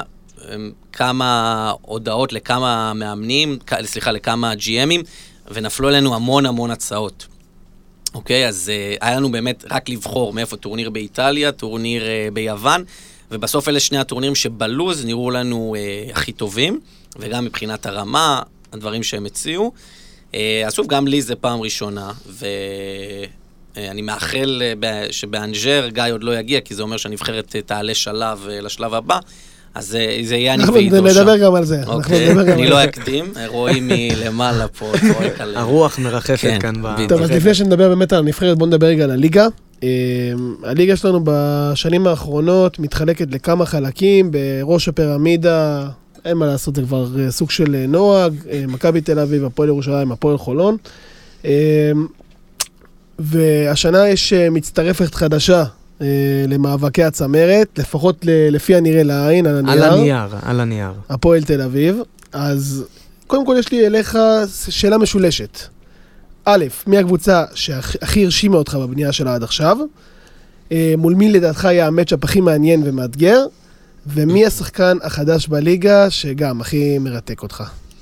כמה הודעות לכמה מאמנים, לכמה GM'ים, ונפלו אלינו המון הצעות. אוקיי, אז היה לנו באמת רק לבחור מאיפה טורניר באיטליה, טורניר ביוון, ובסוף אלה שני הטורנירים שבלוז נראו לנו הכי טובים, וגם מבחינת הרמה, הדברים שהם הציעו. אז שוב, גם לי זה פעם ראשונה, ואני מאחל שבאנג'ר גיא עוד לא יגיע, כי זה אומר שהנבחרת תעלה שלב לשלב הבא, אז זה יהיה אני ואיתו שם. אנחנו נדבר גם על זה. אני לא אקדים, רואים מלמעלה פה. הרוח מרחפת כאן. טוב, אז לפני שנדבר באמת על הנבחרת, בואו נדבר רגע על הליגה. הליגה שלנו בשנים האחרונות מתחלקת לכמה חלקים, בראש הפירמידה, אין מה לעשות, זה כבר סוג של נוהג, מכבי תל אביב, הפועל ירושלים, הפועל חולון. והשנה יש מצטרפת חדשה, למאבקי הצמרת, לפחות לפי הנראה לעין, על הנייר. הפועל תל אביב. אז קודם כל יש לי אליך שאלה משולשת. א', מי הקבוצה שהכי הרשימה אותך בבנייה שלה עד עכשיו? מול מי לדעתך היה המאצ'אפ הכי מעניין ומאתגר? ומי השחקן החדש בליגה שגם הכי מרתק אותך?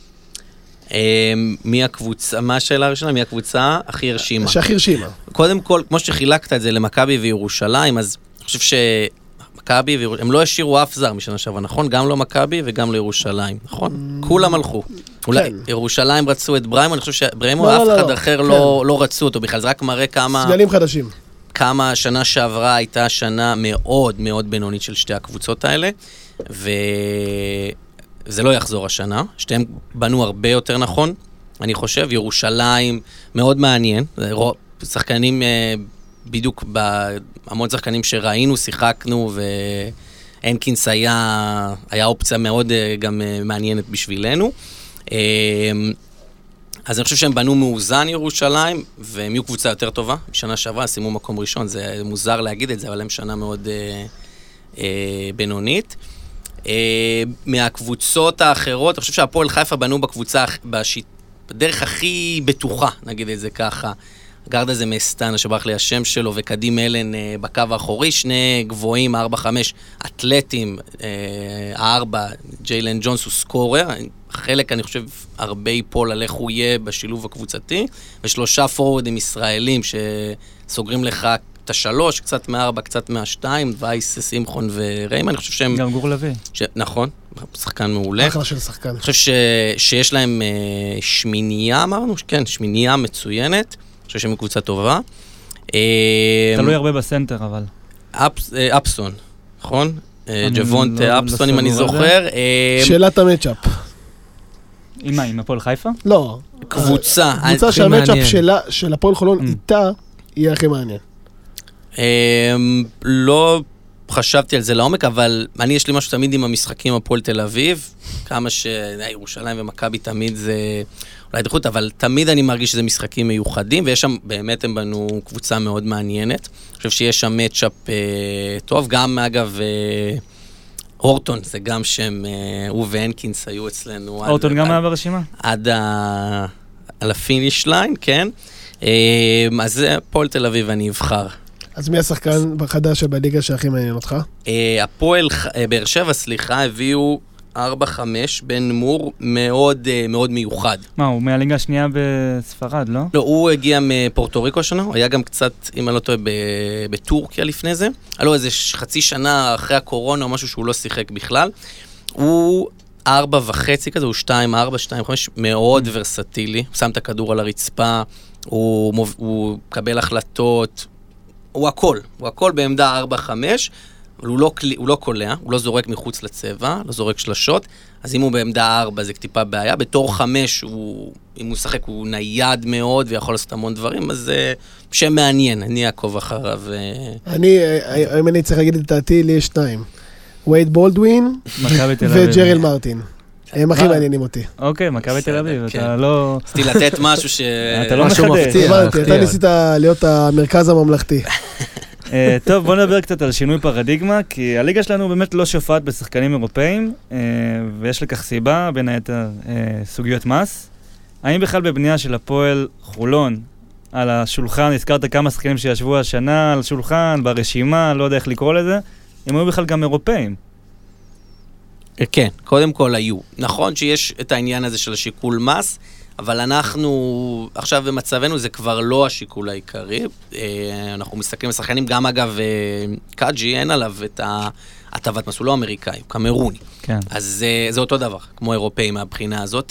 מי הקבוצה, מה השאלה הראשונה? מי הקבוצה הכי הרשימה? שהכי הרשימה. קודם כל, כמו שחילקת את זה למכבי וירושלים, אז אני חושב שמכבי וירושלים, הם לא השאירו אף זר משנה שעברה, נכון? גם לא מכבי וגם לא ירושלים, נכון? כולם הלכו. אולי ירושלים רצו את בריימו, אני חושב שבריימו אף אחד אחר לא רצו אותו בכלל, זה רק מראה כמה... סגלים חדשים. כמה שנה שעברה הייתה שנה מאוד מאוד בינונית של שתי הקבוצות האלה, זה לא יחזור השנה, שתיהם בנו הרבה יותר נכון, אני חושב, ירושלים מאוד מעניין, שחקנים בדיוק, המון שחקנים שראינו, שיחקנו, ואנקינס היה אופציה מאוד גם מעניינת בשבילנו, אז אני חושב שהם בנו מאוזן ירושלים, והם יהיו קבוצה יותר טובה, בשנה שעברה, שימו מקום ראשון, זה מוזר להגיד את זה, אבל הם שנה מאוד בינונית. מהקבוצות האחרות, אני חושב שהפועל חיפה בנו בקבוצה, בדרך הכי בטוחה, נגיד את זה ככה, גרדה זה מסטנה שברח לי השם שלו, וקדים אלן בקו האחורי, שני גבוהים, 4-5 אתלטים, 4, ג'יילן ג'ונס הוא סקורר, חלק אני חושב הרבה ייפול על איך הוא יהיה בשילוב הקבוצתי, ושלושה פורורדים ישראלים שסוגרים לך את ה3, קצת מה4, קצת מה2, וייס, סימחון וריימן, אני חושב שהם... גם גור לוי. נכון, שחקן מעולה. אחלה של שחקן. אני חושב שיש להם שמינייה, אמרנו, כן, שמינייה מצוינת, אני חושב שהם קבוצה טובה. תלוי הרבה בסנטר, אבל. אפסון, נכון? ג'וונט אפסון, אם אני זוכר. שאלת המצ'אפ. עם מה, עם הפועל חיפה? לא. קבוצה. קבוצה שהמצ'אפ של הפועל חולון איתה יהיה הכי מעניין. חשבתי על זה לעומק, אבל יש לי משהו תמיד עם המשחקים הפועל תל אביב, כמה שירושלים ומכבי תמיד זה אולי דחות, אבל תמיד אני מרגיש שזה משחקים מיוחדים, ויש שם, באמת הם בנו קבוצה מאוד מעניינת. אני חושב שיש שם מאצ'אפ טוב, גם אגב, אורטון, זה גם שם, הוא והנקינס היו אצלנו. אורטון גם היה ברשימה? עד על הפיניש ליין, כן. אז הפועל תל אביב אני אבחר. אז מי השחקן בחדש שבליגה שהכי מעניין אותך? הפועל באר שבע, הביאו 4-5 בן מור מאוד מאוד מיוחד. מה, הוא מהליגה השנייה בספרד, לא? לא, הוא הגיע מפורטו ריקו השנה, הוא היה גם קצת, אם אני לא טועה, בטורקיה לפני זה. לא, איזה חצי שנה אחרי הקורונה או משהו שהוא לא שיחק בכלל. הוא 4.5 כזה, הוא 2-4, 2-5, מאוד ורסטילי. הוא שם את הכדור על הרצפה, הוא מקבל החלטות, הוא הכל בעמדה 4-5, אבל הוא לא קולע, הוא לא זורק מחוץ לצבע, לא זורק שלשות, אז אם הוא בעמדה 4 זה טיפה בעיה, בתור 5, אם הוא שחק הוא נייד מאוד ויכול לעשות המון דברים, אז זה שם מעניין, אני אעקוב אחריו. אם אני צריך להגיד את דעתי, לי יש 2. וייד בולדווין וג'רל מרטין. הם הכי מעניינים אותי. אוקיי, מכבי תל אביב, אתה לא... רציתי לתת משהו ש... אתה לא מחדש. אתה ניסית להיות המרכז הממלכתי. טוב, בוא נדבר קצת על שינוי פרדיגמה, כי הליגה שלנו באמת לא שופעת בשחקנים אירופאים, ויש לכך סיבה, בין היתר סוגיות מס. האם בכלל בבנייה של הפועל חולון, על השולחן, הזכרת כמה שחקנים שישבו השנה על השולחן, ברשימה, לא יודע איך לקרוא לזה, הם היו בכלל גם אירופאים. כן, קודם כל היו. נכון שיש את העניין הזה של השיקול מס, אבל אנחנו, עכשיו במצבנו זה כבר לא השיקול העיקרי. אנחנו מסתכלים על שחקנים, גם אגב, קאג'י, אין עליו את ההטבת מס, הוא לא אמריקאי, הוא קמרוני. כן. אז זה אותו דבר, כמו אירופאים מהבחינה הזאת.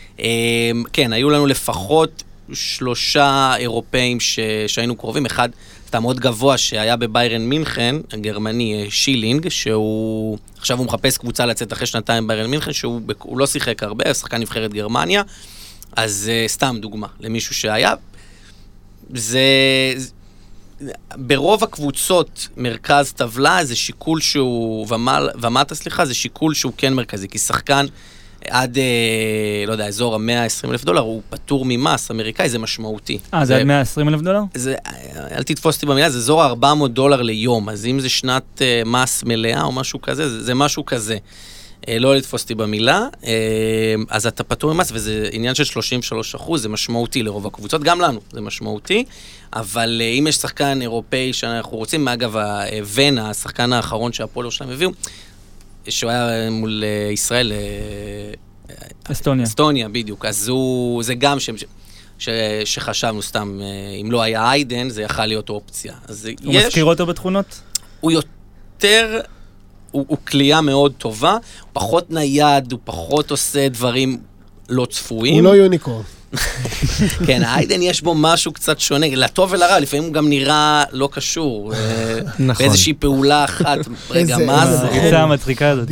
כן, היו לנו לפחות 3 אירופאים שהיינו קרובים. אחד, סתם מאוד גבוה שהיה בביירן מינכן, הגרמני שילינג, שהוא, עכשיו הוא מחפש קבוצה לצאת אחרי 2 ביירן מינכן, שהוא לא שיחק הרבה, שחקן נבחרת גרמניה, אז סתם דוגמה למישהו שהיה. ברוב הקבוצות מרכז טבלה זה שיקול שהוא, ומטה סליחה, זה שיקול שהוא כן מרכזי, כי שחקן עד, לא יודע, אזור $120,000, הוא פטור ממס אמריקאי, זה משמעותי. זה עד $120,000? אל תתפוס אותי במילה, זה אזור $400 ליום, אז אם זה שנת מס מלאה או משהו כזה, זה משהו כזה. לא לתפוס אותי במילה, אז אתה פטור ממס, וזה עניין של 33%, זה משמעותי לרוב הקבוצות, גם לנו זה משמעותי, אבל אם יש שחקן אירופאי שאנחנו רוצים, מאגב, ונה, השחקן האחרון שהפולו שלהם הביאו, שהוא היה מול ישראל, אסטוניה, בדיוק. אז זה גם שם שחשבנו סתם, אם לא היה איידן, זה יכל להיות אופציה. הוא מזכיר אותו בתכונות? הוא יותר, הוא כלייה מאוד טובה, הוא פחות נייד, הוא פחות עושה דברים לא צפויים. הוא לא יוניקורן. כן, האיידן יש בו משהו קצת שונה, לטוב ולרע, לפעמים הוא גם נראה לא קשור. נכון. באיזושהי פעולה אחת, רגע, מה זה? הריצה המצחיקה הזאת.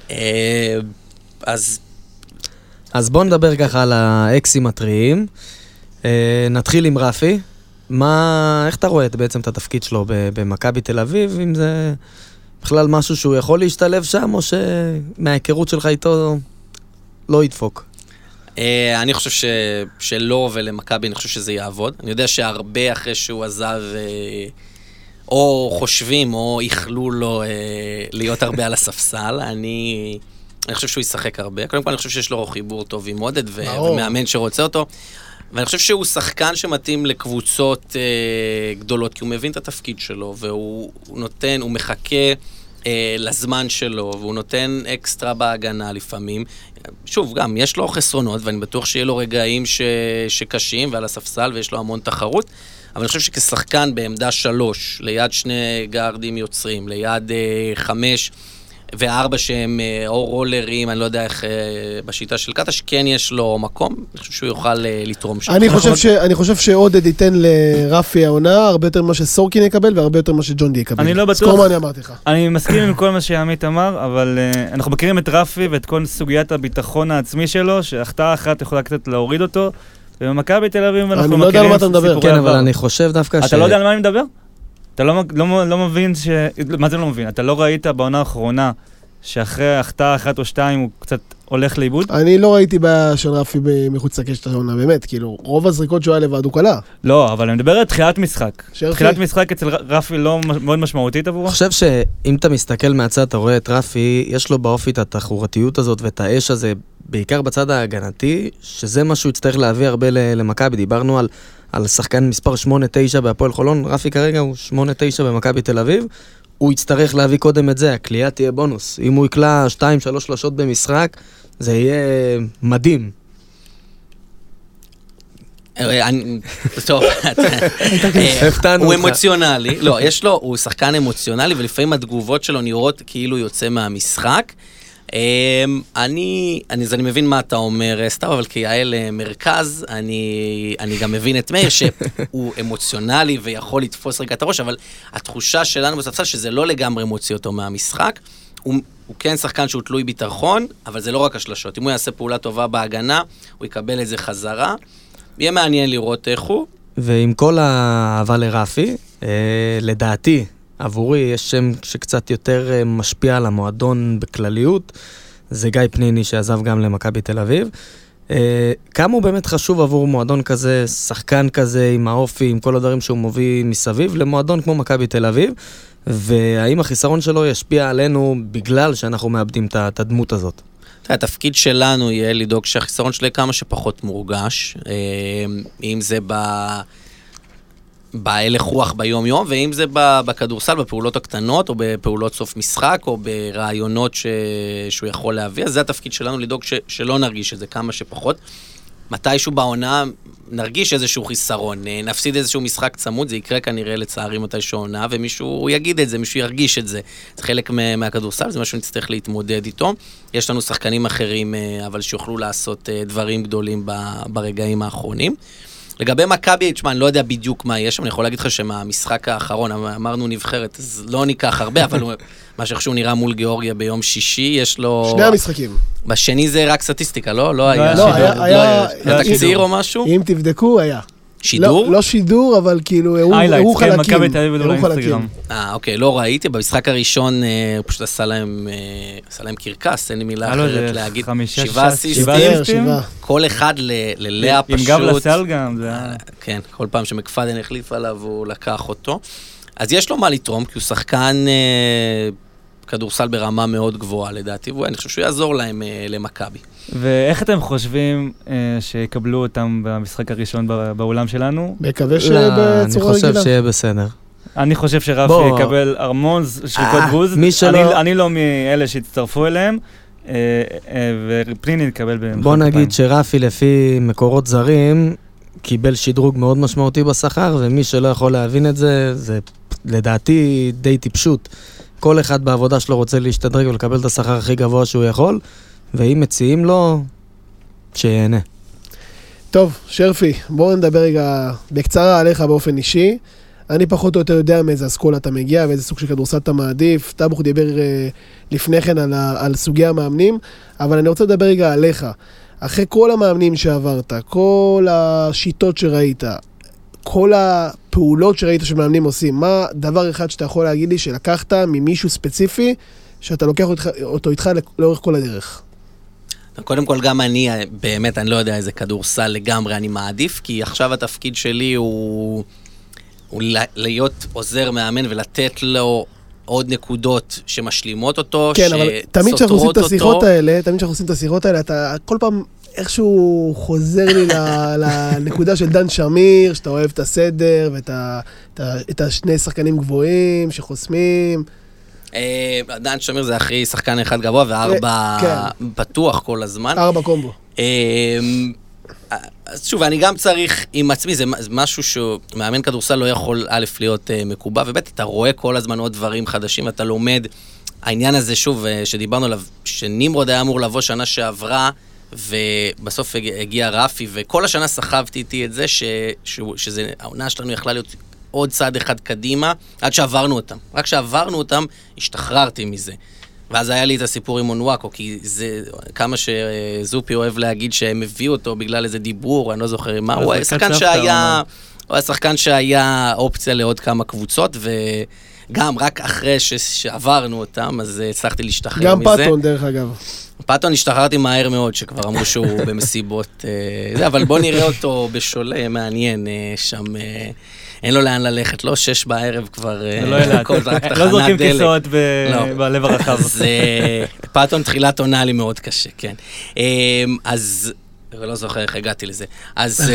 אז בואו נדבר ככה על האקסים הטריים. נתחיל עם רפי. איך אתה רואה בעצם את התפקיד שלו במכבי תל אביב, אם זה בכלל משהו שהוא יכול להשתלב שם, או שמההיכרות שלך איתו לא ידפוק? אני חושב שלא, ולמכבי אני חושב שזה יעבוד. אני יודע שהרבה אחרי שהוא עזב, או חושבים, או יכלו לו להיות הרבה על הספסל. אני חושב שהוא ישחק הרבה. קודם כל אני חושב שיש לו חיבור טוב עם עודד, ומאמן שרוצה אותו. ואני חושב שהוא שחקן שמתאים לקבוצות גדולות, כי הוא מבין את התפקיד שלו, והוא נותן, הוא מחכה לזמן שלו, והוא נותן אקסטרה בהגנה לפעמים. שוב, גם יש לו חסרונות, ואני בטוח שיהיה לו רגעים שקשים, ועל הספסל, ויש לו המון תחרות, אבל אני חושב שכשחקן בעמדה 3, ליד 2 גארדים יוצרים, ליד 5 ו4 שהם או רולרים, אני לא יודע איך בשיטה של קטש, כן יש לו מקום, אני חושב שהוא יוכל לתרום שם. אני חושב שעודד ייתן לרפי העונה הרבה יותר ממה שסורקין יקבל, והרבה יותר ממה שג'ונדי יקבל. אני לא בטוח. זכור מה אני אמרתי לך. אני מסכים עם כל מה שעמית אמר, אבל אנחנו מכירים את רפי ואת כל סוגיית הביטחון העצמי שלו, שהחטאה אחת יכולה קצת להוריד אותו, ובמכבי תל אביב אנחנו מכירים סיפורי עבר. כן, אבל אני חושב דווקא אתה לא יודע על מה אני מדבר? אתה לא מבין מה זה לא מבין? אתה לא ראית בעונה האחרונה שאחרי החטאה אחת או שתיים הוא קצת הולך לאיבוד? אני לא ראיתי בעיה של רפי מחוץ לקשת העונה, באמת, כאילו, רוב הזריקות שהוא היה לבד הוא קלה. לא, אבל אני מדבר על תחילת משחק. שרפי. תחילת משחק אצל רפי לא מאוד משמעותית עבורו? אני חושב שאם אתה מסתכל מהצד, אתה רואה את רפי, יש לו באופי את התחרותיות הזאת ואת האש הזה, בעיקר בצד ההגנתי, שזה מה שהוא יצטרך להביא הרבה למכבי. דיברנו על שחקן מספר 8-9 בהפועל חולון, רפי כרגע הוא 8-9 במכבי תל אביב, הוא יצטרך להביא קודם את זה, הקליעה תהיה בונוס. אם הוא יקלה 2-3 שלשות במשחק, זה יהיה מדהים. טוב, הוא אמוציונלי, לא, יש לו, הוא שחקן אמוציונלי, ולפעמים התגובות שלו נראות כאילו יוצא מהמשחק. אני מבין מה אתה אומר, סתיו, אבל כיעל מרכז, אני גם מבין את מאיר, שהוא אמוציונלי ויכול לתפוס רגע את הראש, אבל התחושה שלנו בספסל שזה לא לגמרי מוציא אותו מהמשחק, הוא כן שחקן שהוא תלוי ביטחון, אבל זה לא רק השלשות. אם הוא יעשה פעולה טובה בהגנה, הוא יקבל את זה חזרה. יהיה מעניין לראות איך הוא. ועם כל האהבה לרפי, לדעתי, עבורי יש שם שקצת יותר משפיע על המועדון בכלליות, זה גיא פניני שעזב גם למכבי תל אביב. כמה הוא באמת חשוב עבור מועדון כזה, שחקן כזה עם האופי, עם כל הדברים שהוא מוביל מסביב, למועדון כמו מכבי תל אביב, והאם החיסרון שלו ישפיע עלינו בגלל שאנחנו מאבדים את הדמות הזאת? התפקיד שלנו יהיה לדאוג שהחיסרון שלו כמה שפחות מורגש, אם זה בהלך רוח ביום יום, ואם זה בכדורסל, בפעולות הקטנות, או בפעולות סוף משחק, או ברעיונות שהוא יכול להביא, אז זה התפקיד שלנו לדאוג שלא נרגיש את זה כמה שפחות. מתישהו בעונה נרגיש איזשהו חיסרון, נפסיד איזשהו משחק צמוד, זה יקרה כנראה לצערי מתישהו עונה, ומישהו יגיד את זה, מישהו ירגיש את זה. זה חלק מהכדורסל, זה משהו נצטרך להתמודד איתו. יש לנו שחקנים אחרים, אבל שיוכלו לעשות דברים גדולים ברגעים האחרונים. לגבי מכבי, תשמע, אני לא יודע בדיוק מה יש שם, אני יכול להגיד לך שמהמשחק האחרון, אמרנו נבחרת, אז לא ניקח הרבה, אבל מה שאיכשהו נראה מול גיאורגיה ביום שישי, יש לו... שני המשחקים. בשני זה רק סטטיסטיקה, לא? לא היה היה תקציר או משהו? אם תבדקו, היה. שידור? לא שידור, אבל כאילו, הראו חלקים. אוקיי, לא ראיתי, במשחק הראשון הוא פשוט עשה להם קרקס, אין לי מילה אחרת להגיד. 7 אסיסטים, כל אחד ללאה פשוט. עם גב לסל גם, זה היה... כן, כל פעם שמקפדן החליף עליו, הוא לקח אותו. אז יש לו מה לתרום, כי הוא שחקן כדורסל ברמה מאוד גבוהה לדעתי, ואני חושב שהוא יעזור להם למכבי. ואיך אתם חושבים שיקבלו אותם במשחק הראשון באולם שלנו? מקווה שבצורה רגילה. אני חושב שיהיה בסדר. אני חושב שרפי יקבל ארמוז של קוד בוז. אני לא מאלה שהצטרפו אליהם, ופניני יקבל במשחק. בוא נגיד שרפי לפי מקורות זרים קיבל שדרוג מאוד משמעותי בשכר, ומי שלא יכול להבין את זה, זה לדעתי די טיפשות. כל אחד בעבודה שלו רוצה להשתדרג ולקבל את השכר הכי גבוה שהוא יכול, ואם מציעים לו, שיהנה. טוב, שרפי, בואו נדבר רגע בקצרה עליך באופן אישי. אני פחות או יותר יודע מאיזה אסכולה אתה מגיע, ואיזה סוג של כדורסל אתה מעדיף. טבוך דיבר לפני כן על סוגי המאמנים, אבל אני רוצה לדבר רגע עליך. אחרי כל המאמנים שעברת, כל השיטות שראית, כל הפעולות שראית שמאמנים עושים, מה דבר אחד שאתה יכול להגיד לי שלקחת ממישהו ספציפי, שאתה לוקח אותו איתך לאורך כל הדרך? קודם כל גם אני, באמת, אני לא יודע איזה כדורסל לגמרי אני מעדיף, כי עכשיו התפקיד שלי הוא להיות עוזר מאמן ולתת לו עוד נקודות שמשלימות אותו, כן, אבל תמיד שאנחנו עושים את השיחות האלה, אתה כל פעם איכשהו חוזר לי לנקודה של דן שמיר, שאתה אוהב את הסדר ואת השני שחקנים גבוהים שחוסמים. דן שמיר זה הכי שחקן אחד גבוה וארבע בטוח כל הזמן. 4 קומבו. אז שוב, אני גם צריך עם עצמי, זה משהו שמאמן כדורסל לא יכול א' להיות מקובע, וב' אתה רואה כל הזמן עוד דברים חדשים, אתה לומד. העניין הזה שוב, שדיברנו עליו, שנמרוד היה אמור לבוא שנה שעברה, ובסוף הגיע רפי, וכל השנה סחבתי איתי את זה, שהעונה שלנו יכלה להיות עוד צעד אחד קדימה, עד שעברנו אותם. רק שעברנו אותם, השתחררתי מזה. ואז היה לי את הסיפור עם אונוואקו, כי זה כמה שזופי אוהב להגיד שהם הביאו אותו בגלל איזה דיבור, אני לא זוכר מה, הוא שחקן שהיה הוא השחקן שהיה אופציה לעוד כמה קבוצות, וגם רק אחרי שעברנו אותם, אז הצלחתי להשתחרר מזה. גם פאטון, דרך אגב. פאטון השתחררתי מהר מאוד, שכבר אמרו שהוא במסיבות, אבל בוא נראה אותו בשולה, מעניין, שם אין לו לאן ללכת, לא 6 בערב כבר, לא זורקים כיסאות בלב הרחב. אז פאטון תחילת עונה לי מאוד קשה, כן. אז, לא זוכר איך הגעתי לזה, אז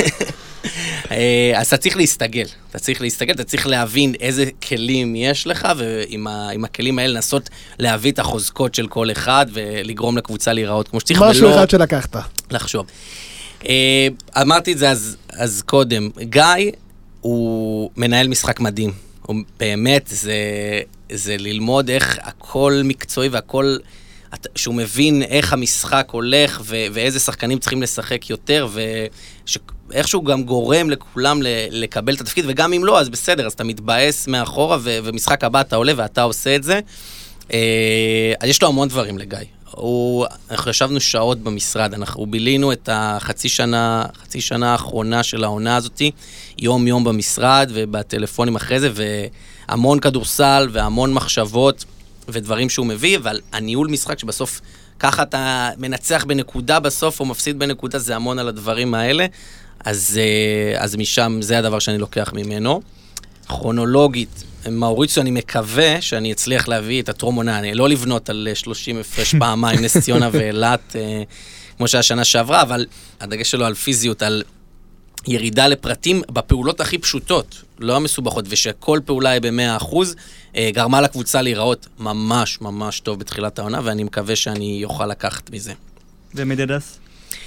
אתה צריך להסתגל, אתה צריך להבין איזה כלים יש לך, ועם הכלים האלה לנסות להביא את החוזקות של כל אחד, ולגרום לקבוצה להיראות כמו שצריך, משהו אחד שלקחת. לחשוב. אמרתי את זה אז קודם, גיא הוא מנהל משחק מדהים, הוא באמת, זה ללמוד איך הכל מקצועי והכל, שהוא מבין איך המשחק הולך ואיזה שחקנים צריכים לשחק יותר, ואיכשהו גם גורם לכולם לקבל את התפקיד, וגם אם לא, אז בסדר, אז אתה מתבאס מאחורה, ומשחק הבא אתה עולה ואתה עושה את זה. אז יש לו המון דברים לגיא. אנחנו ישבנו שעות במשרד, אנחנו בילינו את החצי שנה האחרונה של העונה הזאת, יום במשרד ובטלפונים אחרי זה, והמון כדורסל והמון מחשבות ודברים שהוא מביא, אבל הניהול משחק שבסוף ככה אתה מנצח בנקודה בסוף או מפסיד בנקודה, זה המון על הדברים האלה, אז משם זה הדבר שאני לוקח ממנו. כרונולוגית, מאוריציו, אני מקווה שאני אצליח להביא את הטרום עונה, אני לא לבנות על 30 הפרש פעמיים, נס ציונה ואילת, כמו שהיה שנה שעברה, אבל הדגש שלו על פיזיות, על ירידה לפרטים בפעולות הכי פשוטות, לא המסובכות, ושכל פעולה היא ב100%, גרמה לקבוצה להיראות ממש ממש טוב בתחילת העונה, ואני מקווה שאני אוכל לקחת מזה. ומדדס?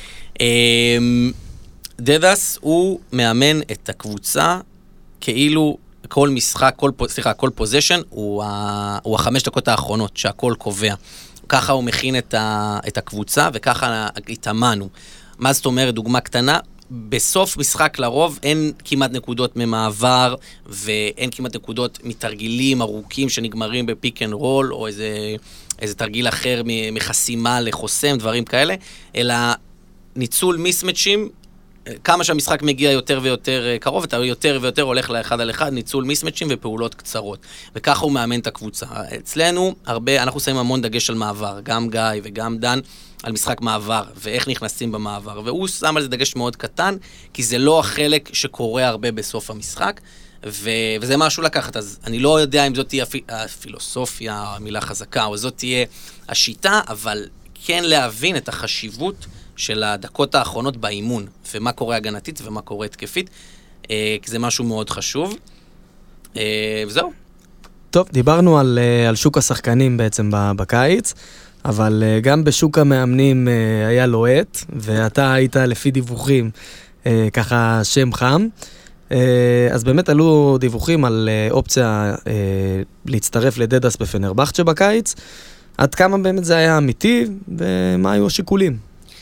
דדס הוא מאמן את הקבוצה כאילו כל משחק, כל פוזיישן הוא 5 דקות האחרונות שהכל קובע. ככה הוא מכין את הקבוצה וככה התאמנו. מה זאת אומרת, דוגמה קטנה, בסוף משחק לרוב אין כמעט נקודות ממעבר ואין כמעט נקודות מתרגילים ארוכים שנגמרים בפיק אנד רול או איזה תרגיל אחר מחסימה לחוסם, דברים כאלה, אלא ניצול מיסמצ'ים, כמה שהמשחק מגיע יותר ויותר קרוב, אתה יותר ויותר הולך לאחד על אחד, ניצול מיסמצ'ים ופעולות קצרות. וככה הוא מאמן את הקבוצה. אצלנו אנחנו שמים המון דגש על מעבר, גם גיא וגם דן, על משחק מעבר, ואיך נכנסים במעבר. והוא שם על זה דגש מאוד קטן, כי זה לא החלק שקורה הרבה בסוף המשחק, וזה משהו לקחת. אז אני לא יודע אם זאת תהיה הפילוסופיה, המילה חזקה, או זאת תהיה השיטה, אבל כן להבין את החשיבות של הדקות האחרונות באימון, ומה קורה הגנתית ומה קורה התקפית, כי זה משהו מאוד חשוב. וזהו. טוב, דיברנו על שוק השחקנים בעצם בקיץ, אבל גם בשוק המאמנים היה לוהט, ואתה היית לפי דיווחים ככה שם חם. אז באמת עלו דיווחים על אופציה להצטרף לדדס בפנרבחצ'ה בקיץ. עד כמה באמת זה היה אמיתי, ומה היו השיקולים?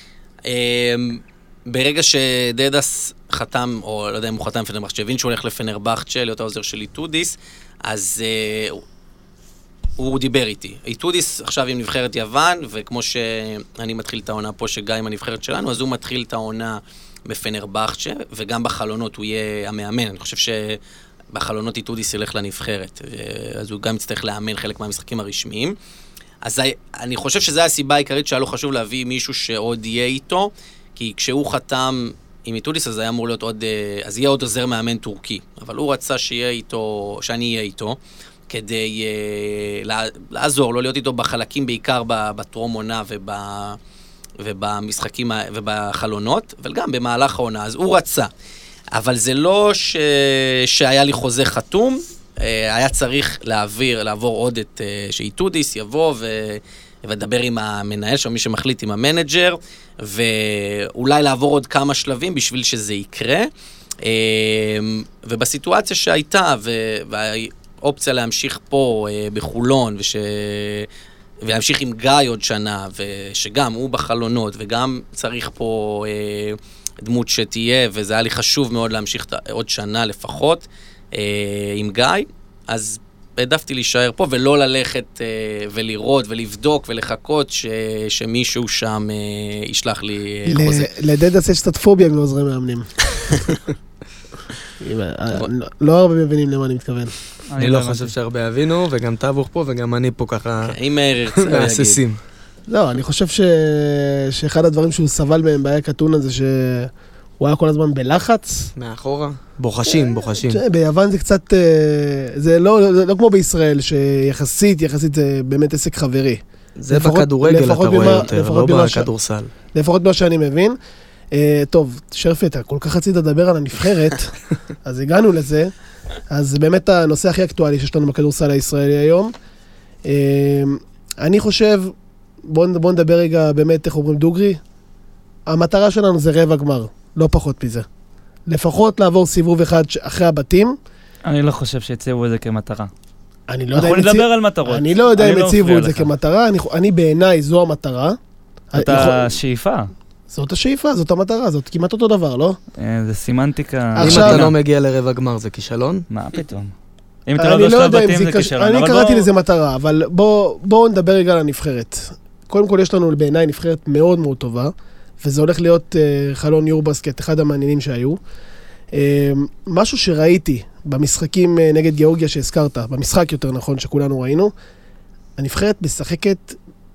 ברגע שדדס חתם, או לא יודע אם הוא חתם בפנרבחצ'ה, הבין שהוא הולך לפנרבחצ'ה, להיות העוזר של איטודיס, אז הוא דיבר איתי. איטודיס עכשיו עם נבחרת יוון, וכמו שאני מתחיל את העונה פה שגיא עם הנבחרת שלנו, אז הוא מתחיל את העונה בפנרבחצ'ה, וגם בחלונות הוא יהיה המאמן. אני חושב שבחלונות איטודיס ילך לנבחרת, אז הוא גם יצטרך לאמן חלק מהמשחקים הרשמיים. אז אני חושב שזו הסיבה העיקרית שהיה לו חשוב להביא מישהו שעוד יהיה איתו, כי כשהוא חתם עם איטודיס, אז היה אמור להיות אז יהיה עוד עוזר מאמן טורקי. אבל הוא רצה שאני אהיה איתו, כדי לעזור, לא להיות איתו בחלקים בעיקר בטרום עונה ובמשחקים ובחלונות, אבל גם במהלך העונה. אז הוא רצה. אבל זה לא שהיה לי חוזה חתום, היה צריך לעבור עוד שאיטודיס יבוא ודבר עם המנהל שם, מי שמחליט עם המנג'ר, ואולי לעבור עוד כמה שלבים בשביל שזה יקרה. ובסיטואציה שהייתה, והאופציה להמשיך פה בחולון, ולהמשיך עם גיא עוד שנה, ושגם הוא בחלונות, וגם צריך פה דמות שתהיה, וזה היה לי חשוב מאוד להמשיך עוד שנה לפחות, עם גיא, אז העדפתי להישאר פה ולא ללכת ולראות ולבדוק ולחכות שמישהו שם ישלח לי חוזה. לדדס יש קצת פוביה מעוזרי מאמנים. לא הרבה מבינים למה אני מתכוון. אני לא חושב שהרבה הבינו, וגם תבוך פה, וגם אני פה ככה אם מאיר ירצה, הוא יגיד. מהססים. לא, אני חושב שאחד הדברים שהוא סבל מהם בעיה קטונה זה שהוא היה כל הזמן בלחץ. מאחורה? בוחשים. ביוון זה קצת, זה לא כמו בישראל, שיחסית זה באמת עסק חברי. זה בכדורגל אתה רואה יותר, לא בכדורסל. לפחות מה שאני מבין. טוב, שרפי, אתה כל כך רצית לדבר על הנבחרת, אז הגענו לזה. אז זה באמת הנושא הכי אקטואלי שיש לנו בכדורסל הישראלי היום. אני חושב, בוא נדבר רגע באמת, איך אומרים דוגרי, המטרה שלנו זה רבע גמר, לא פחות מזה. לפחות לעבור סיבוב אחד אחרי הבתים. אני לא חושב שהציבו את זה כמטרה. אנחנו נדבר על מטרות. אני לא יודע אם הציבו את זה כמטרה, אני בעיניי זו המטרה. זאת השאיפה. זאת השאיפה, זאת המטרה, זאת כמעט אותו דבר, לא? זה סימנטיקה. אם אתה לא מגיע לרבע גמר זה כישלון? מה פתאום? אם אתה לא בשלב בתים זה כישלון. אני קראתי לזה מטרה, אבל בואו נדבר רגע על הנבחרת. קודם כל יש לנו בעיניי נבחרת מאוד מאוד טובה, וזה הולך להיות חלון יורבסקט, אחד המעניינים שהיו. משהו שראיתי במשחקים נגד גיאורגיה שהזכרת, במשחק יותר נכון שכולנו ראינו, הנבחרת משחקת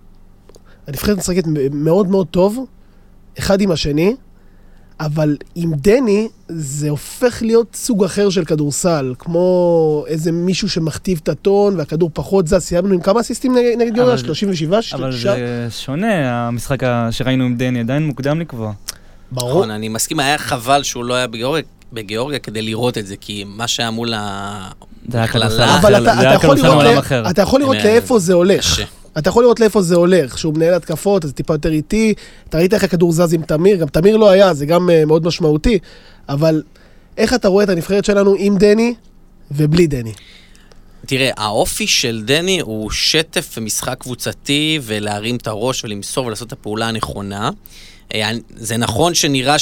מאוד מאוד טוב, אחד עם השני, אבל עם דני זה הופך להיות סוג אחר של כדורסל, כמו איזה מישהו שמכתיב את הטון, והכדור פחות זז, סיימנו עם כמה אסיסטים נגד גיאורגיה? 37? אבל זה שונה, המשחק שראינו עם דני, עדיין מוקדם לקבוע. ברור. נכון, אני מסכים, היה חבל שהוא לא היה בגיאורגיה כדי לראות את זה, כי מה שהיה מול הכללה... אבל אתה יכול לראות לאיפה זה הולך. אתה יכול לראות לאיפה זה הולך, שהוא מנהל התקפות, אז טיפה יותר איטי, אתה ראית איך הכדור זז עם תמיר, גם תמיר לא היה, זה גם מאוד משמעותי, אבל איך אתה רואה את הנבחרת שלנו עם דני ובלי דני? תראה, האופי של דני הוא שטף ומשחק קבוצתי, ולהרים את הראש ולמסור ולעשות את הפעולה הנכונה. זה נכון שנראה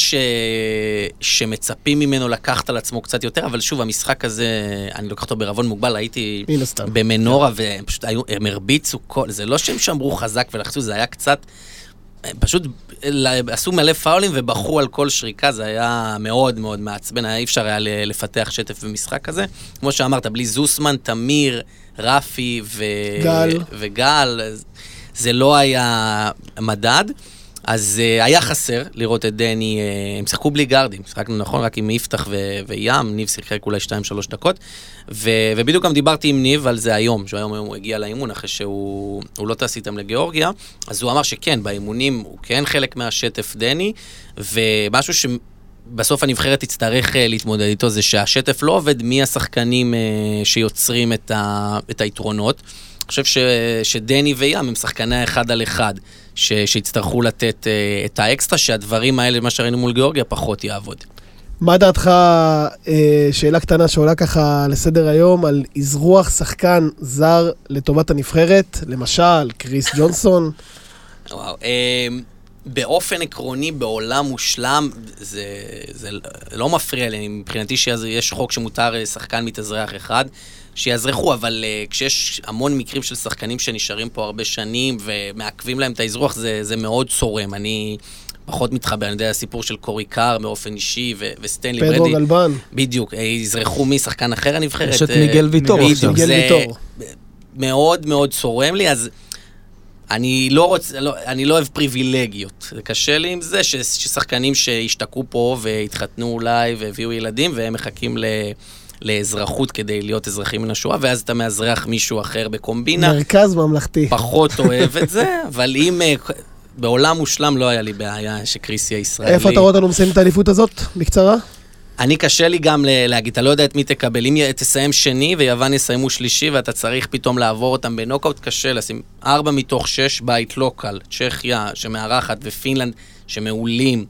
שמצפים ממנו לקחת על עצמו קצת יותר, אבל שוב, המשחק הזה, אני לוקח אותו בערבון מוגבל, הייתי במנורה, ופשוט הם הרביצו, זה לא שהם שמרו חזק ולחצו, זה היה קצת, פשוט עשו מלא פאולים ובחרו על כל שריקה, זה היה מאוד מאוד מעצבן, אי אפשר היה לפתח שטף במשחק כזה. כמו שאמרת, בלי זוסמן, תמיר, רפי וגל, זה לא היה מדד. אז היה חסר לראות את דני, הם שיחקו בלי גרדים, שיחקנו נכון רק עם יפתח וים, ניב שיחק אולי 2-3 דקות, ובדיוק גם דיברתי עם ניב על זה היום, שהיום הוא הגיע לאימון אחרי שהוא לא טס איתם לגיאורגיה, אז הוא אמר שכן, באימונים הוא כן חלק מהשטף דני, ומשהו שבסוף הנבחרת תצטרך להתמודד איתו, זה שהשטף לא עובד מי השחקנים שיוצרים את היתרונות. אני חושב שדני וים הם שחקני אחד על אחד, שיצטרכו לתת את האקסטרה, שהדברים האלה, מה שראינו מול גיאורגיה, פחות יעבוד. מה דעתך, שאלה קטנה שעולה ככה לסדר היום, על אזרוח שחקן זר לטובת הנבחרת, למשל, קריס ג'ונסון? וואו, באופן עקרוני, בעולם מושלם, זה לא מפריע לי, מבחינתי שיש חוק שמותר שחקן מתאזרח אחד, שיאזרחו, אבל כשיש המון מקרים של שחקנים שנשארים פה הרבה שנים ומעכבים להם את האזרוח, זה מאוד צורם. אני פחות מתחבר, אני יודע, הסיפור של קורי קאר באופן אישי וסטנלי ברדי. פדרו גלבן. בדיוק, יזרחו משחקן אחר הנבחרת. יש את מיגל ויטור. מיגל ויטור. מאוד מאוד צורם לי, אז אני לא אוהב פריבילגיות. זה קשה לי עם זה ששחקנים שהשתקעו פה והתחתנו אולי והביאו ילדים והם מחכים לאזרחות כדי להיות אזרחים מן השואה, ואז אתה מאזרח מישהו אחר בקומבינה. מרכז ממלכתי. פחות אוהב את זה, אבל אם בעולם מושלם לא היה לי בעיה שקריס יהיה ישראלי. איפה אתה רואה אותנו מסיים את האליפות הזאת? בקצרה? אני קשה לי גם להגיד, אתה לא יודע את מי תקבל. אם תסיים שני ויוון יסיימו שלישי, ואתה צריך פתאום לעבור אותם בנוקאוט, קשה לשים 4 מתוך 6 בית לוקל, צ'כיה שמארחת ופינלנד שמעולים,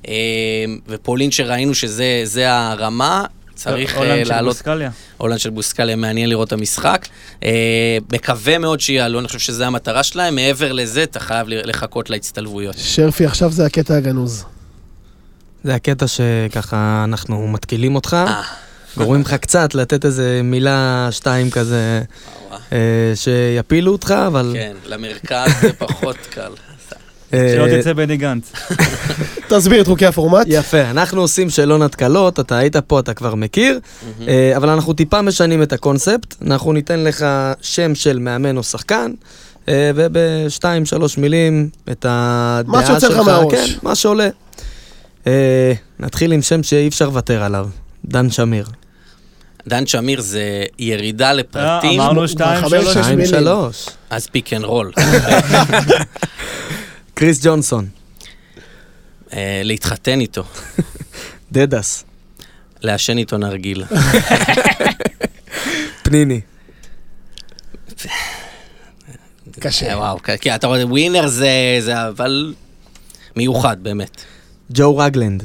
ופולין שראינו שזה הרמה, צריך לעלות... הולנד של בוסקליה, מעניין לראות את המשחק. מקווה מאוד שיעלו, אני חושב שזה המטרה שלהם, מעבר לזה אתה חייב לחכות להצטלבויות. שרפי, עכשיו זה הקטע הגנוז. זה הקטע שככה אנחנו מתקילים אותך, גורמים לך קצת לתת איזה מילה 2 כזה, שיפילו אותך, אבל... כן, למרכז זה פחות קל. שלא תצא בני גנץ. תסביר את חוקי הפורמט. יפה, אנחנו עושים שאלון התקלות, אתה היית פה, אתה כבר מכיר, אבל אנחנו טיפה משנים את הקונספט, אנחנו ניתן לך שם של מאמן או שחקן, ובשתיים, 3 מילים, את הדעה מה שיוצא לך מהראש. כן, מה שעולה. נתחיל עם שם שאי אפשר לוותר עליו, דן שמיר. דן שמיר זה ירידה לפרטים. אמרנו 2, 3. 2, 3. אז פיק אנד רול. קריס ג'ונסון. להתחתן איתו. דדס. לעשן איתו נרגיל. פניני. קשה. וואו, כי אתה רואה, ווינר זה אבל מיוחד באמת. ג'ו רגלנד.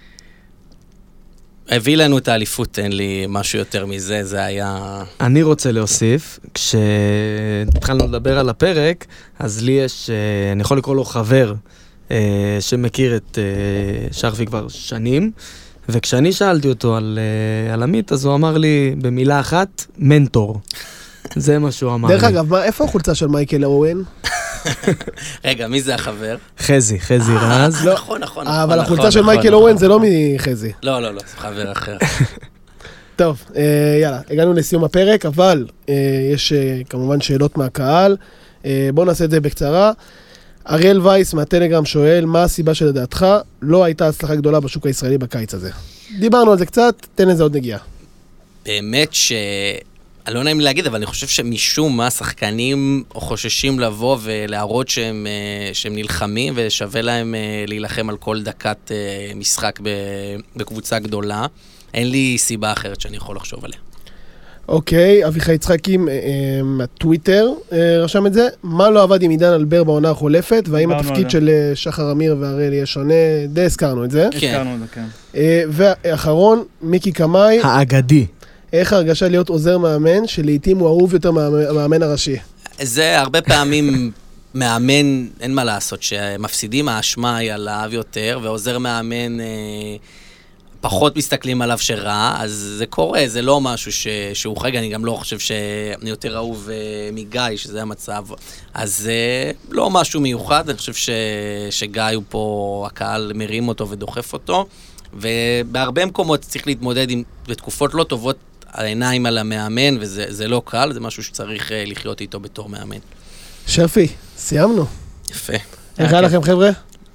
הביא לנו את האליפות, אין לי משהו יותר מזה, זה היה... אני רוצה להוסיף, כשהתחלנו לדבר על הפרק, אז לי יש, אני יכול לקרוא לו חבר, שמכיר את שרפי כבר שנים, וכשאני שאלתי אותו על עמית, אז הוא אמר לי במילה אחת, מנטור. זה מה שהוא אמר לי. דרך אגב, איפה החולצה של מייקל אוהן? רגע, מי זה החבר? חזי רז. נכון. אבל החולצה של מייקל אוהן זה לא מחזי. לא, זה חבר אחר. טוב, יאללה, הגענו לסיום הפרק, אבל יש כמובן שאלות מהקהל. בואו נעשה את זה בקצרה. אריאל וייס מהטלגרם שואל, מה הסיבה שלדעתך לא הייתה הצלחה גדולה בשוק הישראלי בקיץ הזה? דיברנו על זה קצת, תן לזה עוד נגיעה. באמת אני לא נעים להגיד, אבל אני חושב שמשום מה שחקנים חוששים לבוא ולהראות שהם נלחמים, ושווה להם להילחם על כל דקת משחק בקבוצה גדולה. אין לי סיבה אחרת שאני יכול לחשוב עליה. אוקיי, אביחי יצחקי מהטוויטר רשם את זה. מה לא עבד עם עידן אלבר בעונה החולפת, והאם התפקיד של שחר אמיר והראל יהיה שונה? די הזכרנו את זה. הזכרנו את זה, כן. ואחרון, מיקי קמאי. האגדי. איך הרגשה להיות עוזר מאמן, שלעיתים הוא אהוב יותר מהמאמן הראשי? זה הרבה פעמים מאמן, אין מה לעשות, שמפסידים האשמה היא עליו יותר, ועוזר מאמן פחות מסתכלים עליו שרע, אז זה קורה, זה לא משהו שהוא חג, אני גם לא חושב שאני יותר אהוב מגיא, שזה המצב, אז זה לא משהו מיוחד, אני חושב שגיא הוא פה, הקהל מרים אותו ודוחף אותו, ובהרבה מקומות צריך להתמודד עם, בתקופות לא טובות, העיניים על המאמן, וזה לא קל, זה משהו שצריך לחיות איתו בתור מאמן. שפי, סיימנו. יפה. איך היה לכם חבר'ה?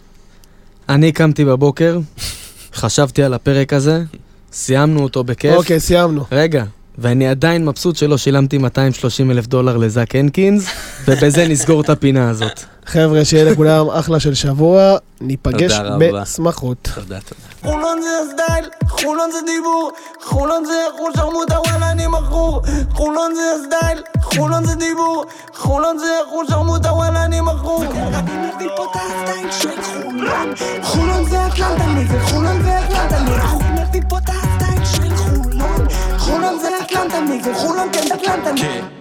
אני קמתי בבוקר, חשבתי על הפרק הזה, סיימנו אותו בכיף. אוקיי, סיימנו. רגע, ואני עדיין מבסוט שלא שילמתי $230,000 לזק הנקינס, ובזה נסגור את הפינה הזאת. חבר'ה, שיהיה לכולם אחלה של שבוע, ניפגש בשמחות. תודה. חולון זה הסטייל, חולון זה דיבור, חולון זה חול שרמוטה, וואלה אני מכור. חולון זה הסטייל, חולון זה דיבור, חולון זה חול שרמוטה, וואלה אני מכור. אני מביא פה את הסטייל של חולון, חולון זה אטלנטה נגד, חולון זה אטלנטה נגד. אני מביא פה את הסטייל של חולון, חולון זה אטלנטה נגד, חולון כן אטלנטה נגד.